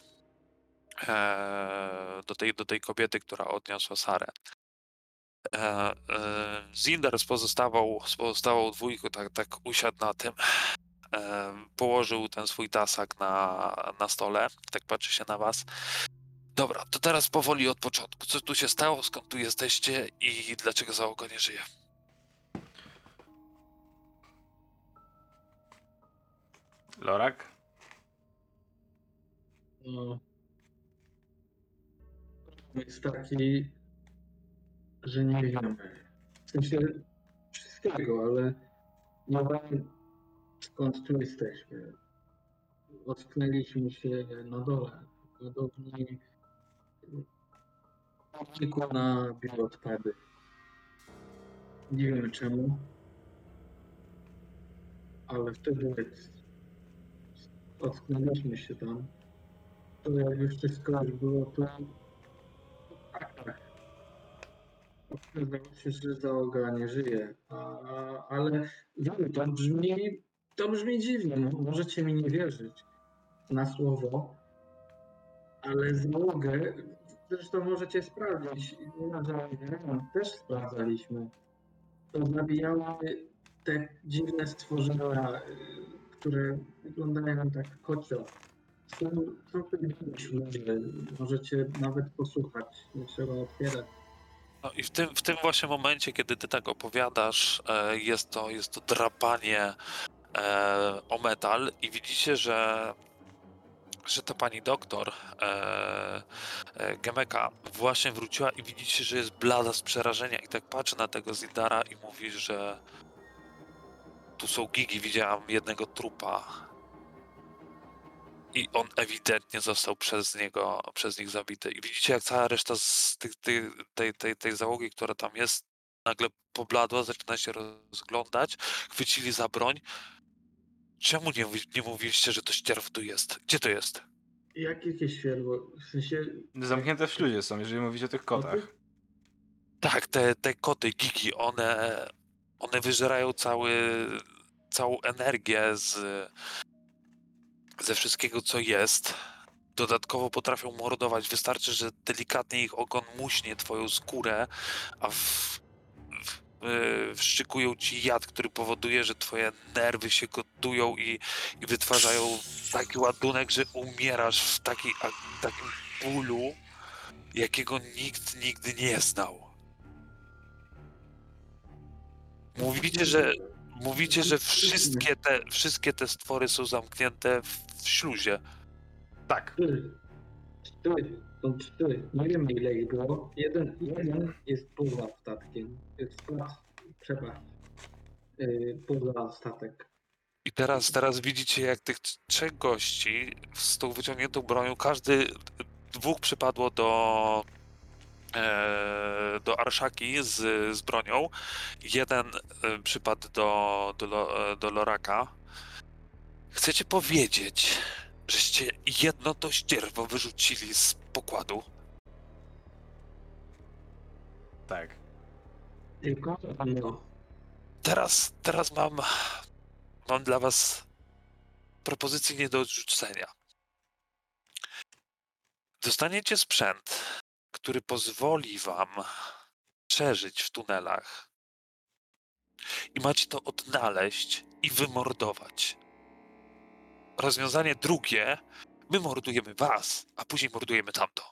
e, do tej, do tej kobiety, która odniosła Sarę. E, e, Zinder z pozostałą, z pozostałą dwójką tak, tak usiadł na tym, e, położył ten swój tasak na, na stole, tak patrzy się na was. Dobra, to teraz powoli od początku. Co tu się stało, skąd tu jesteście i dlaczego załoga nie żyje? Lorak? No, jest taki, że nie wiemy. W sensie wszystkiego, ale nie wiem, skąd tu jesteśmy. Ocknęliśmy się na dole. Podobnie tylko na bioodpady. Nie wiemy czemu, ale wtedy jak ocknęliśmy się tam, to jakby wszystko już było to tak, tak. Okazało się, że załoga nie żyje, a, ale wiem, to brzmi, to brzmi dziwnie, no, możecie mi nie wierzyć na słowo, ale załogę, zresztą możecie sprawdzić, ja że też sprawdzaliśmy, to zabijały te dziwne stworzenia, y, które wyglądają tak kocio. Są, są to dziwni ludzie, możecie nawet posłuchać, nie trzeba otwierać. No i w tym, w tym właśnie momencie, kiedy ty tak opowiadasz, e, jest to, jest to drapanie e, o metal i widzicie, że, że ta pani doktor e, e, Gemeka właśnie wróciła i widzicie, że jest blada z przerażenia i tak patrzy na tego Zindara i mówi, że tu są gigi, widziałam jednego trupa i on ewidentnie został przez niego, przez nich zabity. I widzicie, jak cała reszta z tych, tych, tej, tej, tej załogi, która tam jest, nagle pobladła, zaczyna się rozglądać, chwycili za broń. Czemu nie, mówi- nie mówiliście, że to ścierw tu jest? Gdzie to jest? Jak jakieś światło? W sensie... Zamknięte w śluzie są, jeżeli mówicie o tych kotach. Tak, te, te koty, gigi, one, one wyżerają cały, całą energię z, ze wszystkiego, co jest. Dodatkowo potrafią mordować. Wystarczy, że delikatnie ich ogon muśnie twoją skórę, a w, w, yy, wszczykują ci jad, który powoduje, że twoje nerwy się gotują i, i wytwarzają taki ładunek, że umierasz w takiej, a, takim bólu, jakiego nikt nigdy nie znał. Mówicie, że mówicie, że wszystkie te, wszystkie te stwory są zamknięte w, w śluzie. Tak. Cztery. Cztery. Są cztery. Nie wiem ile ich było. Jeden, jeden jest poza statkiem. Jest skład, przepraszam, yy, poza statek. I teraz, teraz widzicie, jak tych t- trzech gości z tą wyciągniętą bronią, każdy, dwóch przypadło do, e, do Arszaki z, z bronią, jeden e, przypadł do, do, Lo- e, do Loraka. Chcecie powiedzieć, żeście jedno to ścierwo wyrzucili z pokładu? Tak. Tylko no, Teraz, teraz mam, mam dla was propozycję nie do odrzucenia. Dostaniecie sprzęt, który pozwoli wam przeżyć w tunelach i macie to odnaleźć i wymordować. Rozwiązanie drugie, my mordujemy was, a później mordujemy tamto.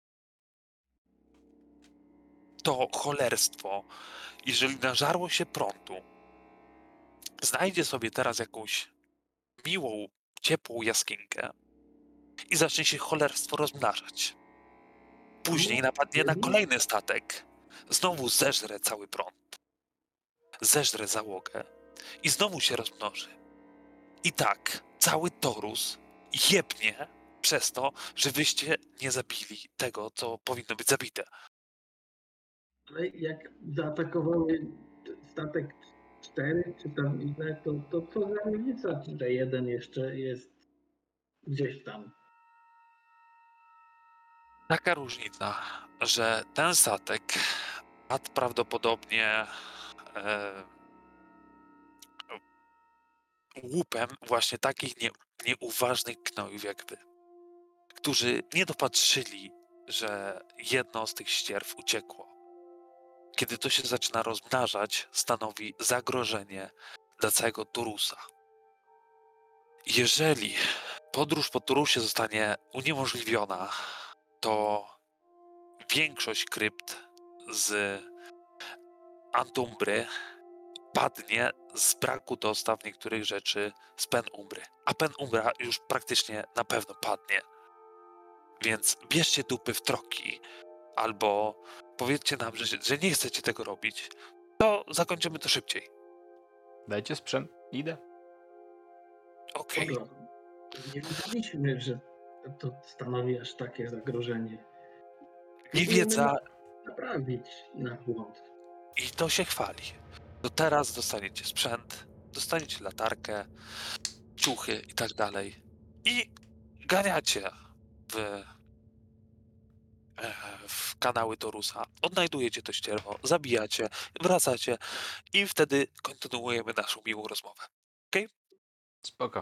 To cholerstwo, jeżeli nażarło się prądu, znajdzie sobie teraz jakąś miłą, ciepłą jaskinkę i zacznie się cholerstwo rozmnażać. Później napadnie na kolejny statek. Znowu zeżre cały prąd. Zeżre załogę. i znowu się rozmnoży. I tak cały Torus jebnie przez to, że wyście nie zabili tego, co powinno być zabite. Ale jak zaatakowały statek cztery, czy tam ile, to, to co za różnica, że jeden jeszcze jest gdzieś tam. Taka różnica, że ten statek padł prawdopodobnie e, łupem właśnie takich nie, nieuważnych gnojów jak wy, którzy nie dopatrzyli, że jedno z tych ścierw uciekło. Kiedy to się zaczyna rozmnażać, stanowi zagrożenie dla całego Torusa. Jeżeli podróż po Torusie zostanie uniemożliwiona, to większość krypt z Antumbry padnie z braku dostaw niektórych rzeczy z Penumbry. A Penumbra już praktycznie na pewno padnie. Więc bierzcie dupy w troki, albo powiedzcie nam, że, że nie chcecie tego robić, to zakończymy to szybciej. Dajcie sprzęt, idę. Okej. Kogo? Nie wiedzieliśmy, że to stanowi aż takie zagrożenie. Niewiedza Naprawić nasz błąd. i to się chwali. To teraz dostaniecie sprzęt, dostaniecie latarkę, ciuchy i tak dalej. I ganiacie w, e, w kanały Torusa. Odnajdujecie to ścierwo, zabijacie, wracacie i wtedy kontynuujemy naszą miłą rozmowę. Spoko.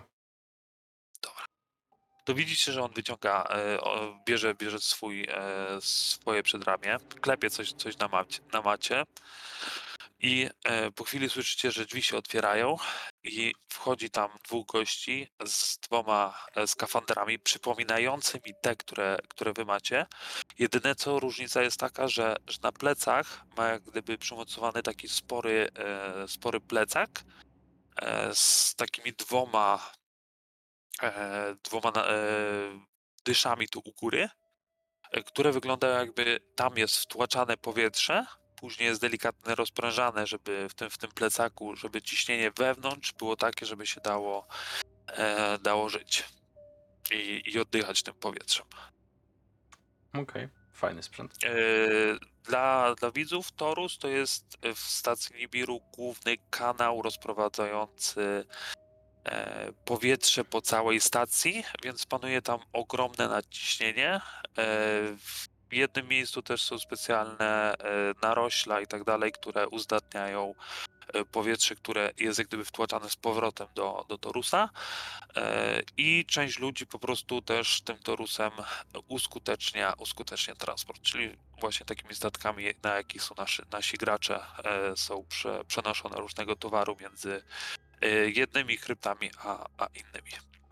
To widzicie, że on wyciąga, e, o, bierze, bierze swój, e, swoje przedramię, klepie coś, coś na, macie, na macie i e, po chwili słyszycie, że drzwi się otwierają i wchodzi tam dwóch gości z dwoma e, skafandrami przypominającymi te, które, które wy macie. Jedyne co różnica jest taka, że, że na plecach ma jak gdyby przymocowany taki spory, e, spory plecak e, z takimi dwoma e, dwoma na- e, dyszami tu u góry, e, które wyglądają jakby tam jest wtłaczane powietrze, później jest delikatnie rozprężane, żeby w tym, w tym plecaku, żeby ciśnienie wewnątrz było takie, żeby się dało, e, dało żyć i, i oddychać tym powietrzem. Okej, fajny sprzęt. E, Dla, dla widzów Torus to jest w stacji Nibiru główny kanał rozprowadzający e, powietrze po całej stacji, więc panuje tam ogromne nadciśnienie. E, w jednym miejscu też są specjalne e, narośla i tak dalej, które uzdatniają e, powietrze, które jest jak gdyby wtłaczane z powrotem do, do torusa. E, I część ludzi po prostu też tym torusem uskutecznia, uskutecznia transport, czyli właśnie takimi statkami, na jakich są nasi, nasi gracze, e, są prze, przenoszone różnego towaru między e, jednymi kryptami, a, a innymi.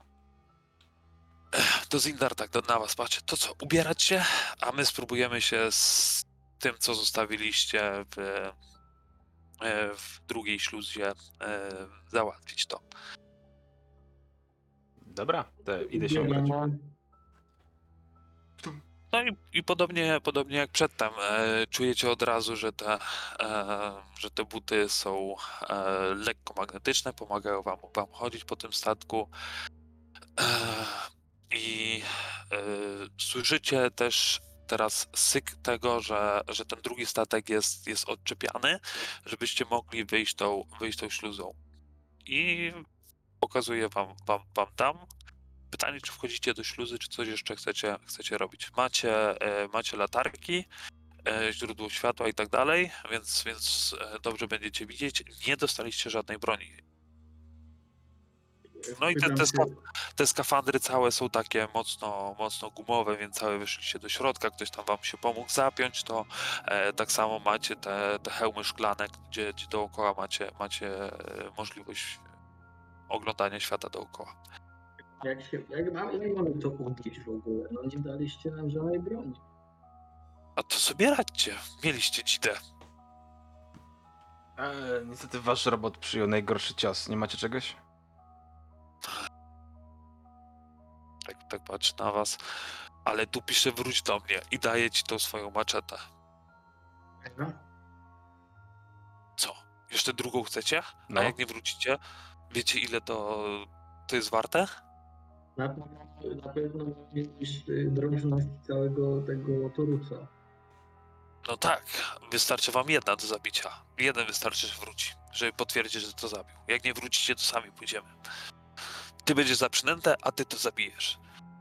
Ech, To Zindar tak do- na was patrzy. To co, ubierać się? A my spróbujemy się z tym, co zostawiliście w, e, w drugiej śluzie, e, załatwić to. Dobra, to idę się ubrać. Ubieramy. No i, i podobnie, podobnie jak przedtem, e, czujecie od razu, że te, e, że te buty są e, lekko magnetyczne, pomagają wam, wam chodzić po tym statku. E, I e, słyszycie też teraz syk tego, że, że ten drugi statek jest, jest odczepiany, żebyście mogli wyjść tą, wyjść tą śluzą. I pokazuję wam, wam, wam tam. Pytanie, czy wchodzicie do śluzy, czy coś jeszcze chcecie, chcecie robić. Macie, e, macie latarki, e, źródło światła i tak dalej, więc, więc e, dobrze będziecie widzieć. Nie dostaliście żadnej broni. No i te, Pytam te, się, skaf- te skafandry całe są takie mocno, mocno gumowe, więc całe wyszliście do środka, ktoś tam wam się pomógł zapiąć to. E, tak samo macie te, te hełmy szklane, gdzie, gdzie dookoła macie, macie e, możliwość oglądania świata dookoła. jak, się, jak, mam, jak mamy to ubić w ogóle? No nie daliście nam żadnej broni. A to sobie radźcie. Mieliście dzidę. Eee, niestety wasz robot przyjął najgorszy cios. Nie macie czegoś? Tak, tak patrzę na was. Ale tu pisze wróć do mnie i daję ci tą swoją maczetę. Aha. Co? Jeszcze drugą chcecie? No. A jak nie wrócicie, wiecie ile to, to jest warte? Na pewno, na pewno niż y, drobność całego tego Torusa. No tak, wystarczy wam jedna do zabicia. Jeden wystarczy, że wróci, żeby potwierdzić, że to zabił. Jak nie wrócicie, to sami pójdziemy. Ty będziesz zaprzynęte, a ty to zabijesz.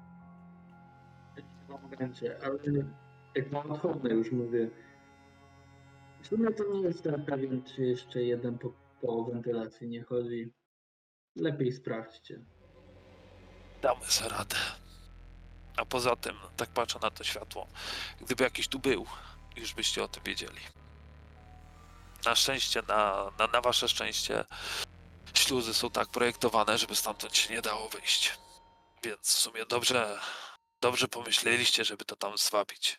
W tym momencie, ale jak mam odchodne już mówię. W sumie to nie jestem pewien, czy jeszcze jeden po, po wentylacji nie chodzi. Lepiej sprawdźcie. Damy sobie radę. A poza tym, tak patrzę na to światło, gdyby jakiś tu był, już byście o tym wiedzieli. Na szczęście, na, na, na wasze szczęście, śluzy są tak projektowane, żeby stamtąd się nie dało wyjść. Więc w sumie dobrze, dobrze pomyśleliście, żeby to tam zwabić.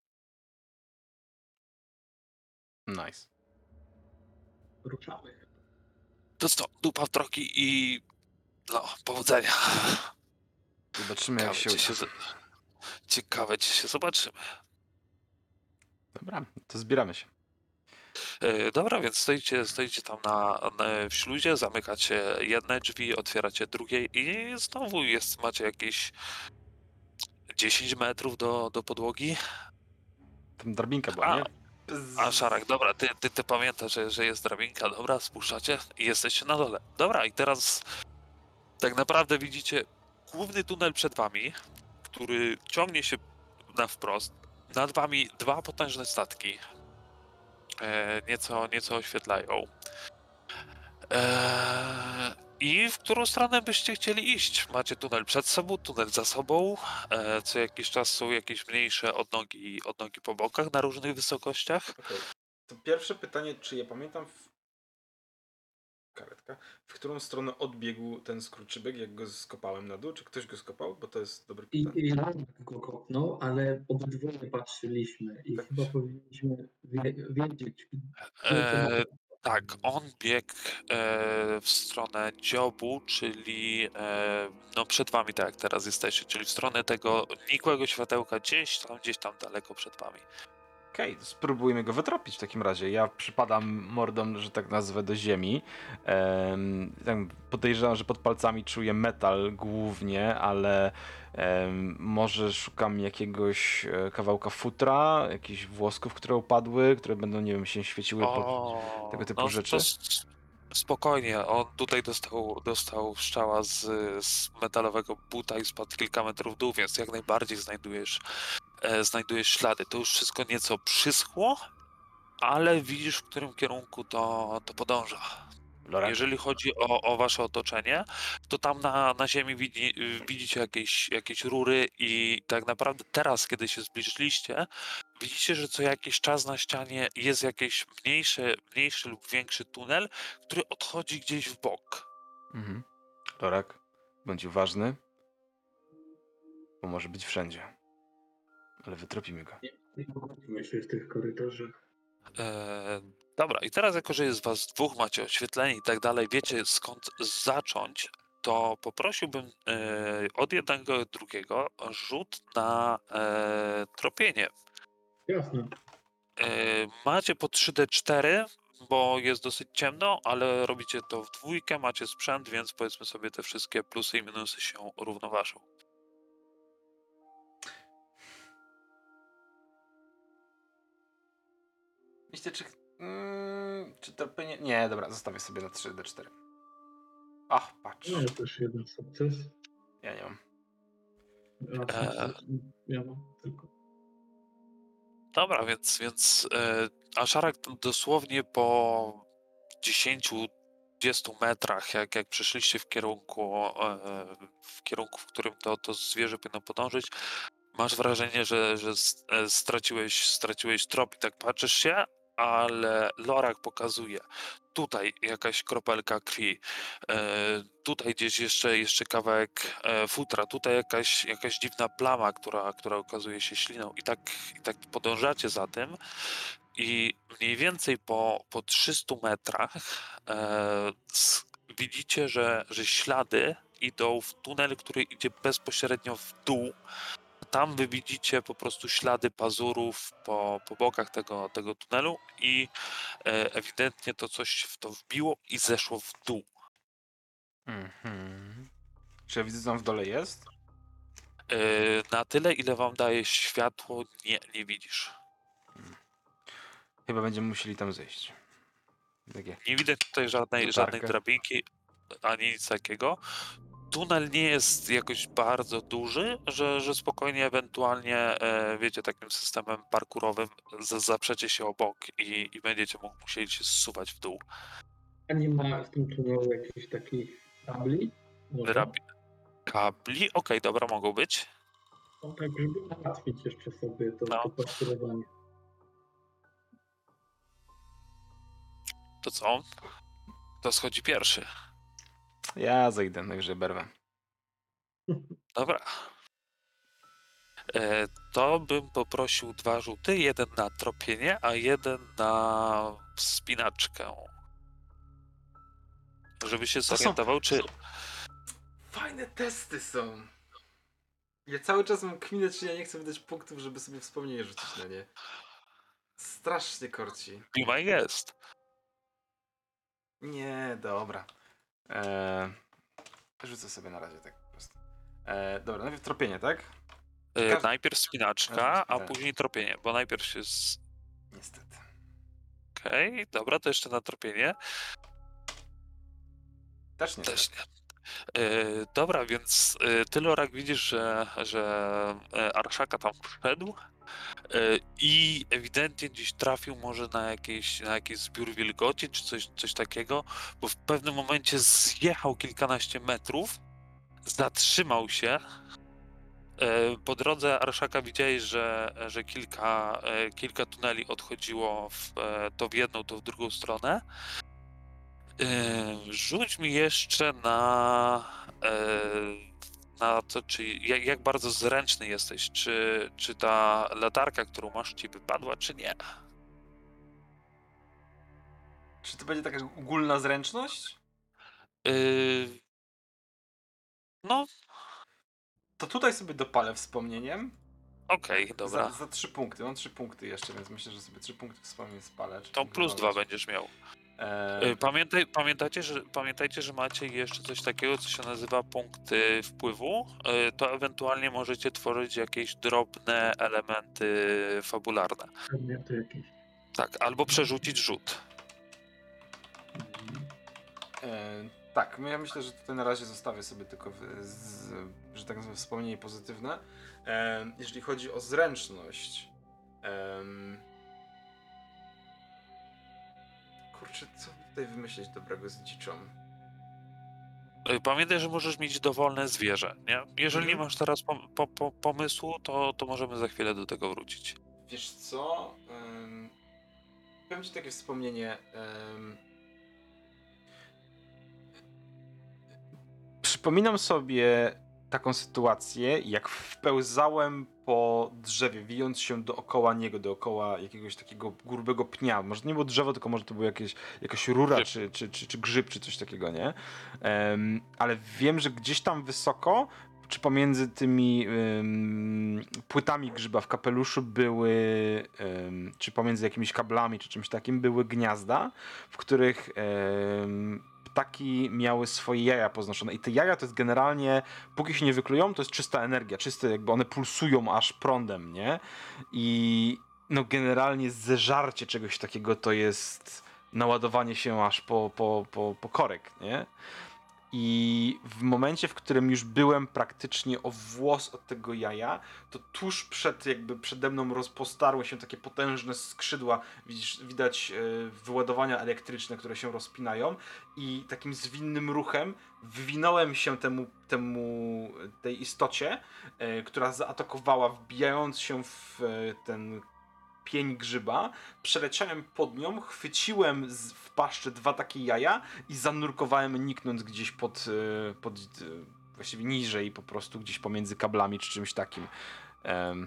Nice. Ruszamy. To co, dupa w drogi i... no, powodzenia. Zobaczymy, jak Ciekawe, się czy uda. się, z- ciekawe, czy się zobaczymy. Dobra, to zbieramy się. E, dobra, więc stoicie, stoicie tam na, na, w śluzie, zamykacie jedne drzwi, otwieracie drugie i znowu jest, macie jakieś dziesięć metrów do, do podłogi. Tam drabinka była, A, nie? a Szarak, dobra, ty, ty, ty pamiętasz, że, że jest drabinka, dobra, spuszczacie i jesteście na dole. Dobra, i teraz tak naprawdę widzicie główny tunel przed wami, który ciągnie się na wprost. Nad wami dwa potężne statki. E, nieco, nieco oświetlają. Eee, I w którą stronę byście chcieli iść? Macie tunel przed sobą, tunel za sobą. E, co jakiś czas są jakieś mniejsze odnogi, odnogi po bokach na różnych wysokościach. Okej. To pierwsze pytanie, czy ja pamiętam w... karetka, w którą stronę odbiegł ten skurczybyk, jak go skopałem na dół? Czy ktoś go skopał? Bo to jest dobre I, pytanie. i Ranek go kopnął, ale obydwoje patrzyliśmy i Tak chyba się- powinniśmy wie, wiedzieć, E, tak, on biegł e, w stronę dziobu, czyli e, no przed wami, tak jak teraz jesteście, czyli w stronę tego nikłego światełka gdzieś tam, gdzieś tam daleko przed wami. Okej, okay, spróbujmy go wytropić w takim razie. Ja przypadam mordą, że tak nazwę, do ziemi. Ehm, tam podejrzewam, że pod palcami czuję metal głównie, ale em, może szukam jakiegoś e, kawałka futra, jakichś włosków, które upadły, które będą, nie wiem, się świeciły, po, O, tego typu no rzeczy. to s- spokojnie, on tutaj dostał, dostał strzała z, z metalowego buta i spadł kilka metrów w dół, więc jak najbardziej znajdujesz, e, znajdujesz ślady. To już wszystko nieco przyschło, ale widzisz, w którym kierunku to, to podąża. Lorak? Jeżeli chodzi o, o wasze otoczenie, to tam na, na ziemi widzi, widzicie jakieś, jakieś rury i tak naprawdę teraz, kiedy się zbliżyliście, widzicie, że co jakiś czas na ścianie jest jakiś mniejszy, mniejszy lub większy tunel, który odchodzi gdzieś w bok. Mhm. Lorak, bądź uważny, bo może być wszędzie. Ale wytropimy go. nie pogodzimy się w tych korytarzach. E, dobra, i teraz jako, że jest was dwóch, macie oświetlenie i tak dalej, wiecie skąd zacząć, to poprosiłbym e, od jednego i drugiego rzut na e, tropienie. Jasne. E, macie po trzy d cztery, bo jest dosyć ciemno, ale robicie to w dwójkę, macie sprzęt, więc powiedzmy sobie te wszystkie plusy i minusy się równoważą. Myślę, czy... Mm, czy tropienie... Nie, dobra, zostawię sobie na trzy d cztery. Ach, patrz. No, ja też jeden sukces. Ja nie mam. A Eee. sukces ja mam tylko. Dobra, więc, więc e, a Szarak to dosłownie po dziesięciu dwudziestu metrach, jak, jak przeszliście w kierunku, e, w kierunku, w którym to, to zwierzę powinno podążyć, masz wrażenie, że, że s- e, straciłeś, straciłeś trop i tak patrzysz się, ale Lorak pokazuje. Tutaj jakaś kropelka krwi, e, tutaj gdzieś jeszcze, jeszcze kawałek e, futra, tutaj jakaś, jakaś dziwna plama, która, która okazuje się śliną i tak, i tak podążacie za tym i mniej więcej po, po trzystu metrach e, s- widzicie, że, że ślady idą w tunel, który idzie bezpośrednio w dół tam wy widzicie po prostu ślady pazurów po, po bokach tego, tego tunelu i e, ewidentnie to coś w to wbiło i zeszło w dół. Mhm. Czy ja widzę, co tam w dole jest? E, na tyle, ile wam daje światło, nie, nie widzisz. Chyba będziemy musieli tam zejść. Takie Nie widać tutaj żadnej, żadnej latarkę. drabinki ani nic takiego. Tunel nie jest jakoś bardzo duży, że, że spokojnie ewentualnie, e, wiecie, takim systemem parkurowym z- zaprzecie się obok i, i będziecie mu- musieli się zsuwać w dół. A nie ma w tym tunelu jakichś takich tabli? Może? Drab- kabli, okej, dobra, mogą być. No tak, żeby ułatwić jeszcze sobie to, No. to parkurowanie. To co? Kto schodzi pierwszy? Ja zejdę, najwyżej berwę. Dobra. E, to bym poprosił dwa rzuty, jeden na tropienie, a jeden na wspinaczkę. Żeby się są- zorientował, czy... Fajne testy są. Ja cały czas mam kminę, czy ja nie chcę wydać punktów, żeby sobie wspomnienie rzucić na nie. Strasznie korci. Klima jest. Nie, dobra. Eee, rzucę sobie na razie tak po prostu. Eee, dobra, najpierw tropienie, tak? E, Każ- najpierw spinaczka, Najpierw a spinaczka. później tropienie, bo najpierw się z... Niestety. Okej, dobra, to jeszcze na tropienie. Też nie. Też nie. E, dobra, więc e, ty, Lorak, widzisz, że, że e, Arszaka tam wszedł e, i ewidentnie gdzieś trafił może na jakiś, na jakiś zbiór wilgoci czy coś, coś takiego, bo w pewnym momencie zjechał kilkanaście metrów, zatrzymał się. E, Po drodze Arszaka widziałeś, że, że kilka, e, kilka tuneli odchodziło w, e, to w jedną, to w drugą stronę. E, Rzuć mi jeszcze na, e, na to, czy jak, jak bardzo zręczny jesteś, czy, czy ta latarka, którą masz, ci wypadła, czy nie. Czy to będzie taka ogólna zręczność? E, No, To tutaj sobie dopalę wspomnieniem. okej, dobra. Za, za trzy punkty. Mam trzy punkty jeszcze, więc myślę, że sobie trzy punkty wspomnień spalę. Czy To punkty plus dwa wolność. będziesz miał. Eee, E, Pamiętaj, pamiętajcie, że, pamiętajcie, że macie jeszcze coś takiego, co się nazywa punkty wpływu. E, To ewentualnie możecie tworzyć jakieś drobne elementy fabularne. Przedmioty jakieś. Tak, albo przerzucić rzut. Mhm. eee, tak, ja myślę, że tutaj na razie zostawię sobie tylko, w, z, że tak nazwę, wspomnienie pozytywne. Eee, jeżeli chodzi o zręczność. em, Kurczę, co tutaj wymyślić dobrego z dziczą? E, Pamiętaj, że możesz mieć dowolne zwierzę, nie? Jeżeli nie Mhm. masz teraz pom- po, po, pomysłu, to, to możemy za chwilę do tego wrócić. Wiesz co? Um, powiem ci takie wspomnienie. Um, przypominam sobie taką sytuację, jak wpełzałem po drzewie, wijąc się dookoła niego, dookoła jakiegoś takiego grubego pnia. Może to nie było drzewo, tylko może to była jakieś, jakaś rura, Grzyb. czy, czy, czy, czy grzyb, czy coś takiego, nie? Um, ale wiem, że gdzieś tam wysoko, czy pomiędzy tymi um, płytami grzyba w kapeluszu były, um, czy pomiędzy jakimiś kablami, czy czymś takim, były gniazda, w których um, ptaki miały swoje jaja poznoszone. I te jaja to jest generalnie, póki się nie wyklują, to jest czysta energia, czyste, jakby one pulsują aż prądem, nie? I no generalnie zeżarcie czegoś takiego to jest naładowanie się aż po, po, po, po korek, nie? I w momencie, w którym już byłem praktycznie o włos od tego jaja, to tuż przed, jakby przede mną rozpostarły się takie potężne skrzydła, widzisz, widać e, wyładowania elektryczne, które się rozpinają i takim zwinnym ruchem wywinąłem się temu, temu tej istocie, e, która zaatakowała, wbijając się w e, ten pień grzyba, przeleciałem pod nią, chwyciłem z, w paszczę dwa takie jaja i zanurkowałem, niknąc gdzieś pod, e, pod e, właściwie niżej, po prostu gdzieś pomiędzy kablami czy czymś takim. Em,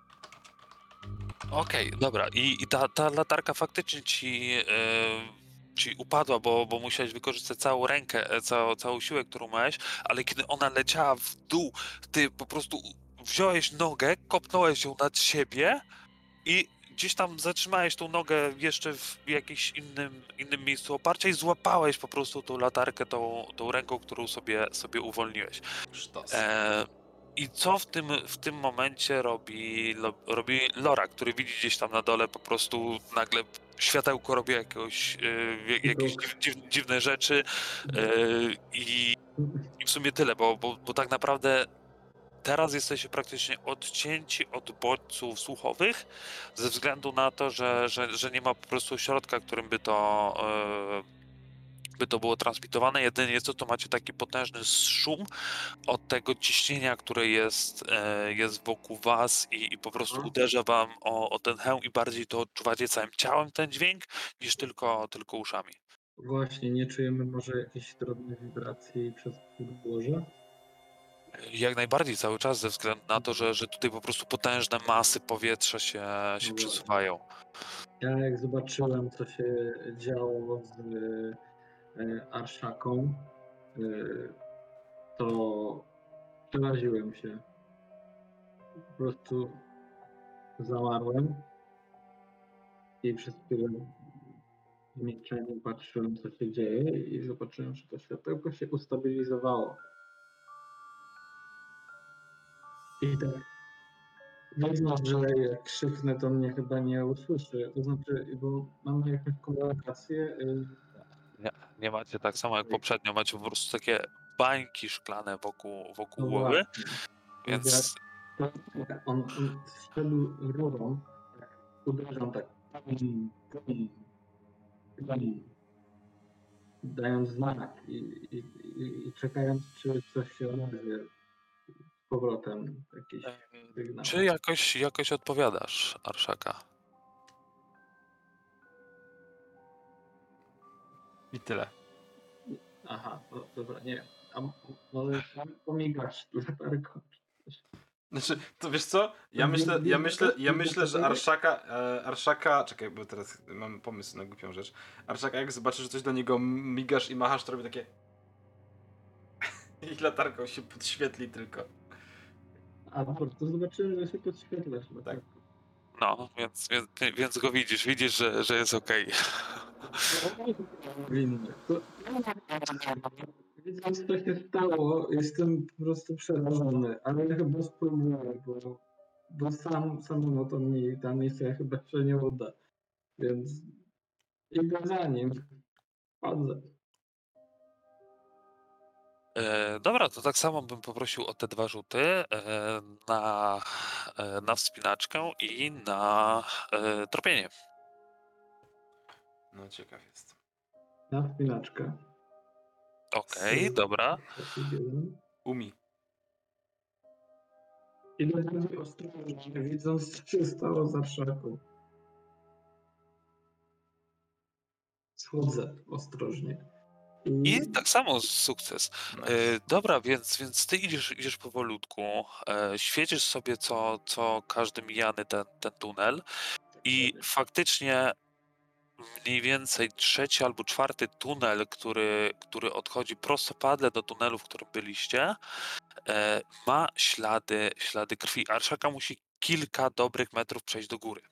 Okej, dobra. I, i ta, ta latarka faktycznie ci e, ci upadła, bo, bo musiałeś wykorzystać całą rękę, e, całą, całą siłę, którą miałeś, ale kiedy ona leciała w dół, ty po prostu wziąłeś nogę, kopnąłeś ją nad siebie i gdzieś tam zatrzymałeś tą nogę jeszcze w jakimś innym, innym miejscu oparcia i złapałeś po prostu tą latarkę tą, tą ręką, którą sobie, sobie uwolniłeś. Sztos. E, I co w tym, w tym momencie robi, lo, robi Lora, który widzi gdzieś tam na dole po prostu nagle światełko robi jakiegoś, e, jak- jakieś dziw, dziw, dziwne rzeczy e, i, i w sumie tyle, bo, bo, bo tak naprawdę teraz jesteście praktycznie odcięci od bodźców słuchowych ze względu na to, że, że, że nie ma po prostu środka, którym by to, e, by to było transmitowane. Jedynie co, to macie taki potężny szum od tego ciśnienia, które jest, e, jest wokół was i, i po prostu Mhm. uderza wam o, o ten hełm i bardziej to odczuwacie całym ciałem ten dźwięk niż tylko, tylko uszami. Właśnie, nie czujemy może jakichś drobnych wibracji przez podłoże? Jak najbardziej cały czas ze względu na to, że, że tutaj po prostu potężne masy powietrza się, się No przesuwają. Ja jak zobaczyłem, co się działo z e, Arszaką, e, to przeraziłem się. Po prostu zamarłem i przez chwilę w milczeniu patrzyłem, co się dzieje i zobaczyłem, że to światełko się ustabilizowało. I tak wiedząc, że jak krzyknę, to mnie chyba nie usłyszy. To znaczy, bo mamy jakąś komunikację. y, Nie, nie macie tak samo jak poprzednio, macie po prostu takie bańki szklane wokół, wokół No głowy, właśnie. więc To on, on szedł rurą, tak uderzał tak, pum, pum, pum, dając znak i, i, i, i czekając, czy coś się odezwie z powrotem, jakiś em, sygnał. czy jakoś, jakoś odpowiadasz, Arszaka? I tyle. Aha, no, dobra, nie wiem. A m- może tam pomigasz latarką? Znaczy, to wiesz co? Ja To myślę, wi- ja widzę myślę, to? ja Widzę myślę, to że dalej? Arszaka, e, Arszaka, czekaj, bo teraz mam pomysł na głupią rzecz. Arszaka, jak zobaczy, że coś do niego migasz i machasz, to robi takie i latarką się podświetli tylko. A dobra, to zobaczyłem, że się podświetlasz Tak. latarką. No, więc, więc, więc go widzisz, widzisz, że, że jest okej. Winny. To... Widząc, co się stało, jestem po prostu przerażony, ale ja chyba spróbuję, bo, bo sam samemu to mi ta misja chyba się nie uda. Więc idę za nim. Chodzę. E, dobra, to tak samo bym poprosił o te dwa rzuty e, na, e, na wspinaczkę i na e, tropienie. No ciekaw jestem. Na wspinaczkę. Okej, dobra. Umi. Idę bardziej ostrożnie, widząc, co się stało za szaką. Schodzę ostrożnie. I tak samo sukces. Nice. E, dobra, więc, więc ty idziesz, idziesz powolutku, e, świecisz sobie co, co każdy mijany ten, ten tunel i faktycznie mniej więcej trzeci albo czwarty tunel, który, który odchodzi prostopadle do tunelu, w którym byliście, e, ma ślady, ślady krwi. Arszaka musi kilka dobrych metrów przejść do góry,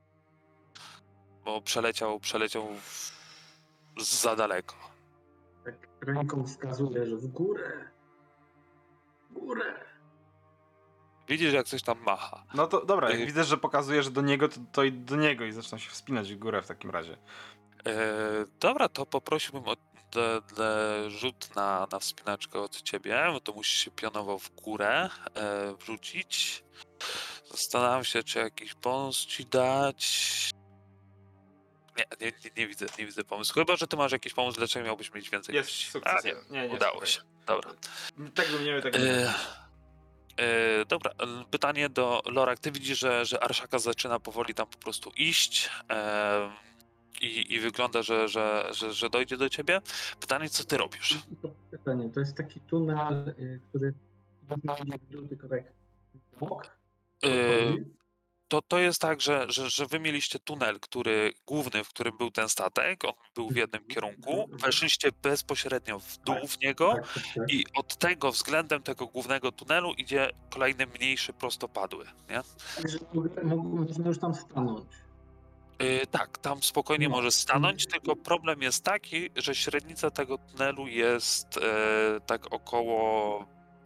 bo przeleciał, przeleciał w, za daleko. Tak ręką wskazuję, że w górę. W górę. Widzisz, jak coś tam macha. No to dobra, jak Y- widzę, że pokazuje, że do niego, to, to i do niego i zaczną się wspinać w górę w takim razie. E, dobra, to poprosiłbym o de, de rzut na, na wspinaczkę od ciebie, bo to musisz się pionowo w górę e, wrzucić. Zastanawiam się, czy jakiś bonus ci dać. Nie, nie, nie, nie widzę, nie widzę pomysłu. Chyba, że ty masz jakiś pomysł, dlaczego miałbyś mieć więcej Jest kości. sukces. A, nie, nie, nie, udało spokojnie. się. Dobra. Tak bym nie miał, tak bym nie E, miał. e, dobra, l- pytanie do Lorak. Ty widzisz, że, że Arszaka zaczyna powoli tam po prostu iść e, i, i wygląda, że, że, że, że dojdzie do ciebie. Pytanie, co ty robisz? To pytanie, to jest taki tunel, y, który tylko tak bok E, odchodzi. to, to jest tak, że, że, że wy mieliście tunel, który główny, w którym był ten statek, on był w jednym kierunku, weszliście bezpośrednio w dół w niego Tak, tak, tak. i od tego względem tego głównego tunelu idzie kolejny mniejszy prostopadły, nie? Także mogę- mogę- można już tam stanąć. Yy, tak, tam spokojnie No. możesz stanąć, tylko problem jest taki, że średnica tego tunelu jest e, tak około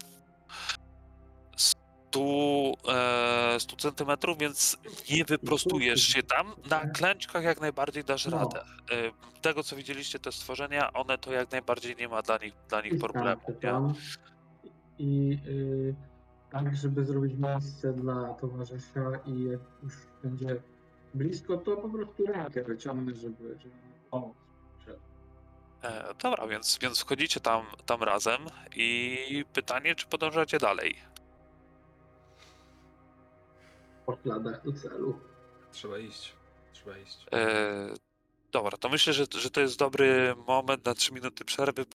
stu, e, stu centymetrów, więc nie wyprostujesz się tam. Na klęczkach jak najbardziej dasz No. radę. E, tego, co widzieliście, te stworzenia, one to jak najbardziej nie ma dla nich, dla nich I problemu. stanę Nie? tam. I y, tak, żeby zrobić miejsce dla towarzysza i jak już będzie blisko, to po prostu rękę wyciągnę, żeby, żeby mu pomóc. E, dobra, więc, więc wchodzicie tam, tam razem i pytanie, czy podążacie dalej? Po śladach do celu. Trzeba iść. Trzeba iść. E, dobra, to myślę, że, że to jest dobry moment na trzy minuty przerwy.